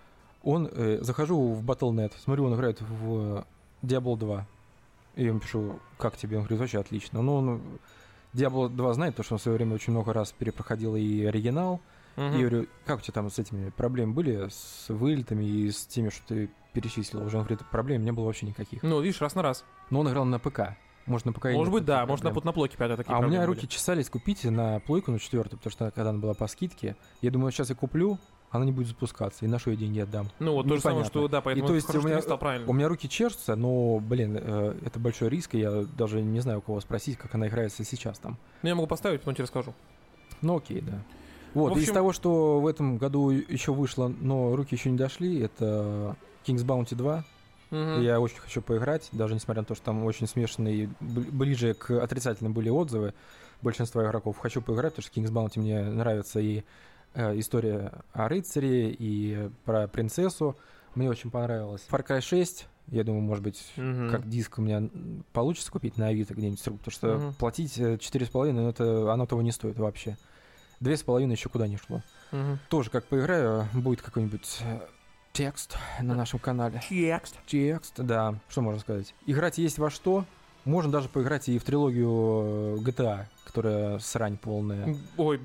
Он, э, захожу в батл точка нет, смотрю, он играет в Diablo два. И я ему пишу, как тебе? Он говорит, вообще отлично. Ну, он Diablo два знает, потому что он в свое время очень много раз перепроходил и оригинал. Мгм. И я говорю, как у тебя там с этими проблемами были, с вылетами и с теми, что ты перечислил? Уже он говорит, проблем не было вообще никаких. Ну, видишь, раз на раз. Но он играл на ПК. Может, на ПК и Может нет быть, да, таких может, на, проблем. на плойке пятая такие А у меня проблемы руки были. чесались купить на плойку на четвертую, потому что когда она была по скидке, я думаю, сейчас я куплю, она не будет запускаться, и на что я деньги отдам. Ну, вот то же самое, Непонятно. что, да, поэтому И то есть хорошо, у что меня- ты стал правильно. У меня руки чешутся, но, блин, э, это большой риск, и я даже не знаю, у кого спросить, как она играется сейчас там. Ну, я могу поставить, потом тебе расскажу. Ну, окей, да. Вот, В общем- из того, что в этом году еще вышло, но руки еще не дошли, это King's Bounty два. Мгм. Я очень хочу поиграть, даже несмотря на то, что там очень смешанные, бли- ближе к отрицательным были отзывы большинства игроков. Хочу поиграть, потому что King's Bounty мне нравится и э, история о рыцаре, и про принцессу. Мне очень понравилось. Far Cry шесть, я думаю, может быть, Мгм. как диск у меня м, получится купить на Авито где-нибудь, потому что Мгм. платить э, четыре с половиной, ну, это оно того не стоит вообще. Две с половиной еще куда не шло. Мгм. Тоже как поиграю, будет какой-нибудь э, текст на нашем канале. Текст. Текст, да. Что можно сказать? Играть есть во что. Можно даже поиграть и в трилогию джи ти эй, которая срань полная. М, Ой.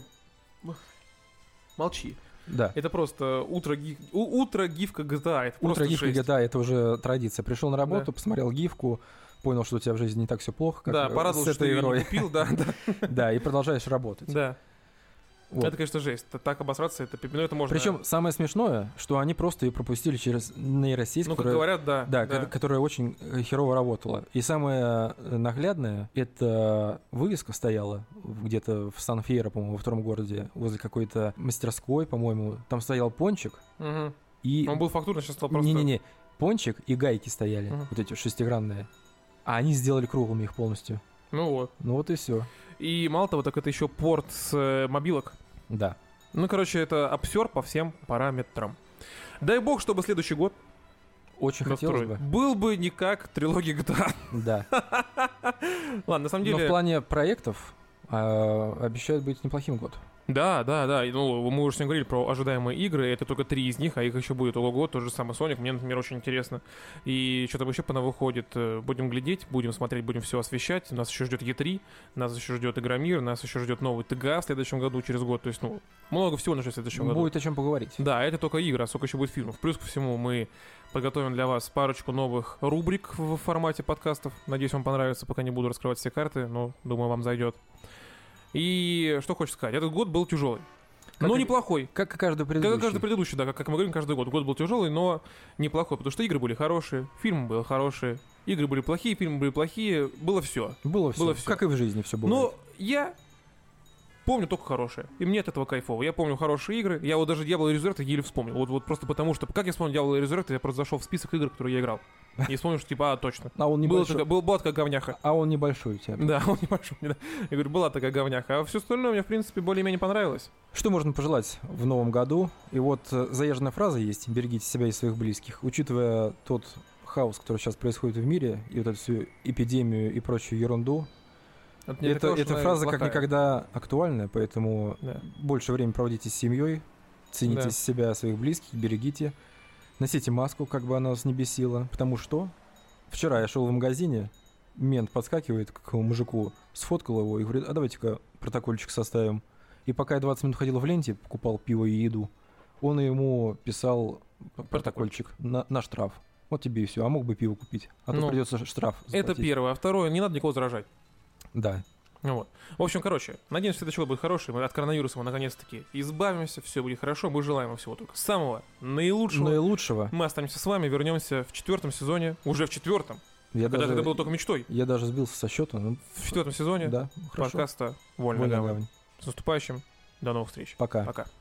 Молчи. Да. Это просто утро, ги... у- утро гифка джи ти эй. Это Утро просто гифка жесть. джи ти эй — это уже традиция. Пришел на работу, Да. посмотрел гифку, понял, что у тебя в жизни не так все плохо, как Да, э, порадовался, с что этой ты её игрой. не купил, да, да. Да, и продолжаешь работать. Да. Вот. Это, конечно, жесть. Это так обосраться, это, ну, это можно... Причем самое смешное, что они просто ее пропустили через нейросеть, ну, как которая, говорят, да. да, ко- которая очень э, херово работала. И самое э, наглядное, это вывеска стояла в- где-то в Сан-Фьеро, по-моему, во втором городе, возле какой-то мастерской, по-моему. Там стоял пончик, Мгм. и... Он был фактурно, сейчас стал просто... Не-не-не, пончик и гайки стояли, Мгм. вот эти шестигранные. А они сделали круглыми их полностью. Ну вот. Ну вот и все. И мало того, так это еще порт с э, мобилок. Да. Ну, короче, это обсер по всем параметрам. Дай бог, чтобы следующий год Очень на хотелось второй бы. был бы не как трилогия джи ти эй. Да. Ладно, на самом Но деле... в плане проектов а, обещают быть неплохим год. Да, да, да. И, ну, мы уже сегодня говорили про ожидаемые игры. Это только три из них, а их еще будет ого-го. Тот же самый Sonic. Мне, например, очень интересно. И что там еще по выходит. Э, Будем глядеть, будем смотреть, будем все освещать. Нас еще ждет и три, нас еще ждет Игромир, нас еще ждет новый ТГА в следующем году, через год. То есть, ну, много всего нас ждет в следующем году. Будет о чем поговорить. Да, это только игры, а сколько еще будет фильмов. Плюс ко всему мы подготовим для вас парочку новых рубрик в формате подкастов. Надеюсь, вам понравится, пока не буду раскрывать все карты, но думаю, вам зайдет. И что хочется сказать, этот год был тяжелый. Как но и- неплохой. Как и каждый Как предыдущий. и каждый предыдущий, да, как, как мы говорим каждый год. Год был тяжелый, но неплохой, потому что игры были хорошие, фильмы были хорошие, игры были плохие, фильмы были плохие, было все. Было все. Было всё. Как и в жизни все было. Но я помню только хорошее. И мне от этого кайфово. Я помню хорошие игры. Я вот даже Diablo Resurrected еле вспомнил. Вот, вот просто потому, что... Как я вспомнил Diablo Resurrected, я просто зашел в список игр, в которые я играл. И вспомнил, что типа, а, точно. А он Была небольшой. такая, был, была такая говняха. А он небольшой у тебя. Да, он небольшой. Да. Я говорю, была такая говняха. А все остальное мне, в принципе, более-менее понравилось. Что можно пожелать в новом году? И вот э, заезженная фраза есть: берегите себя и своих близких. Учитывая тот хаос, который сейчас происходит в мире, и вот эту всю эпидемию и прочую ерунду, Это, не это, такая уж эта она фраза как плохая. никогда актуальная, поэтому Да. больше времени проводите с семьей, цените Да. себя, своих близких, берегите. Носите маску, как бы она вас не бесила. Потому что вчера я шел в магазине, мент подскакивает к мужику, сфоткал его и говорит: а давайте-ка протокольчик составим. И пока я двадцать минут ходил в ленте, покупал пиво и еду, он ему писал протокольчик на, на штраф. Вот тебе и все. А мог бы пиво купить. А то Ну, придется штраф Это заплатить. первое. А второе, не надо никого заражать. Да. Ну вот. В общем, короче, надеемся, что следующий год будет хороший. Мы от коронавируса мы наконец-таки избавимся, все будет хорошо. Мы желаем вам всего только самого наилучшего. Наилучшего. Мы останемся с вами, вернемся в четвертом сезоне. Уже в четвертом. Я Когда даже, это было только мечтой. я даже сбился со счета. Ну, В четвертом сезоне да, хорошо. подкаста «Вольная Вольная гавань». гавань. С наступающим. До новых встреч. Пока. Пока.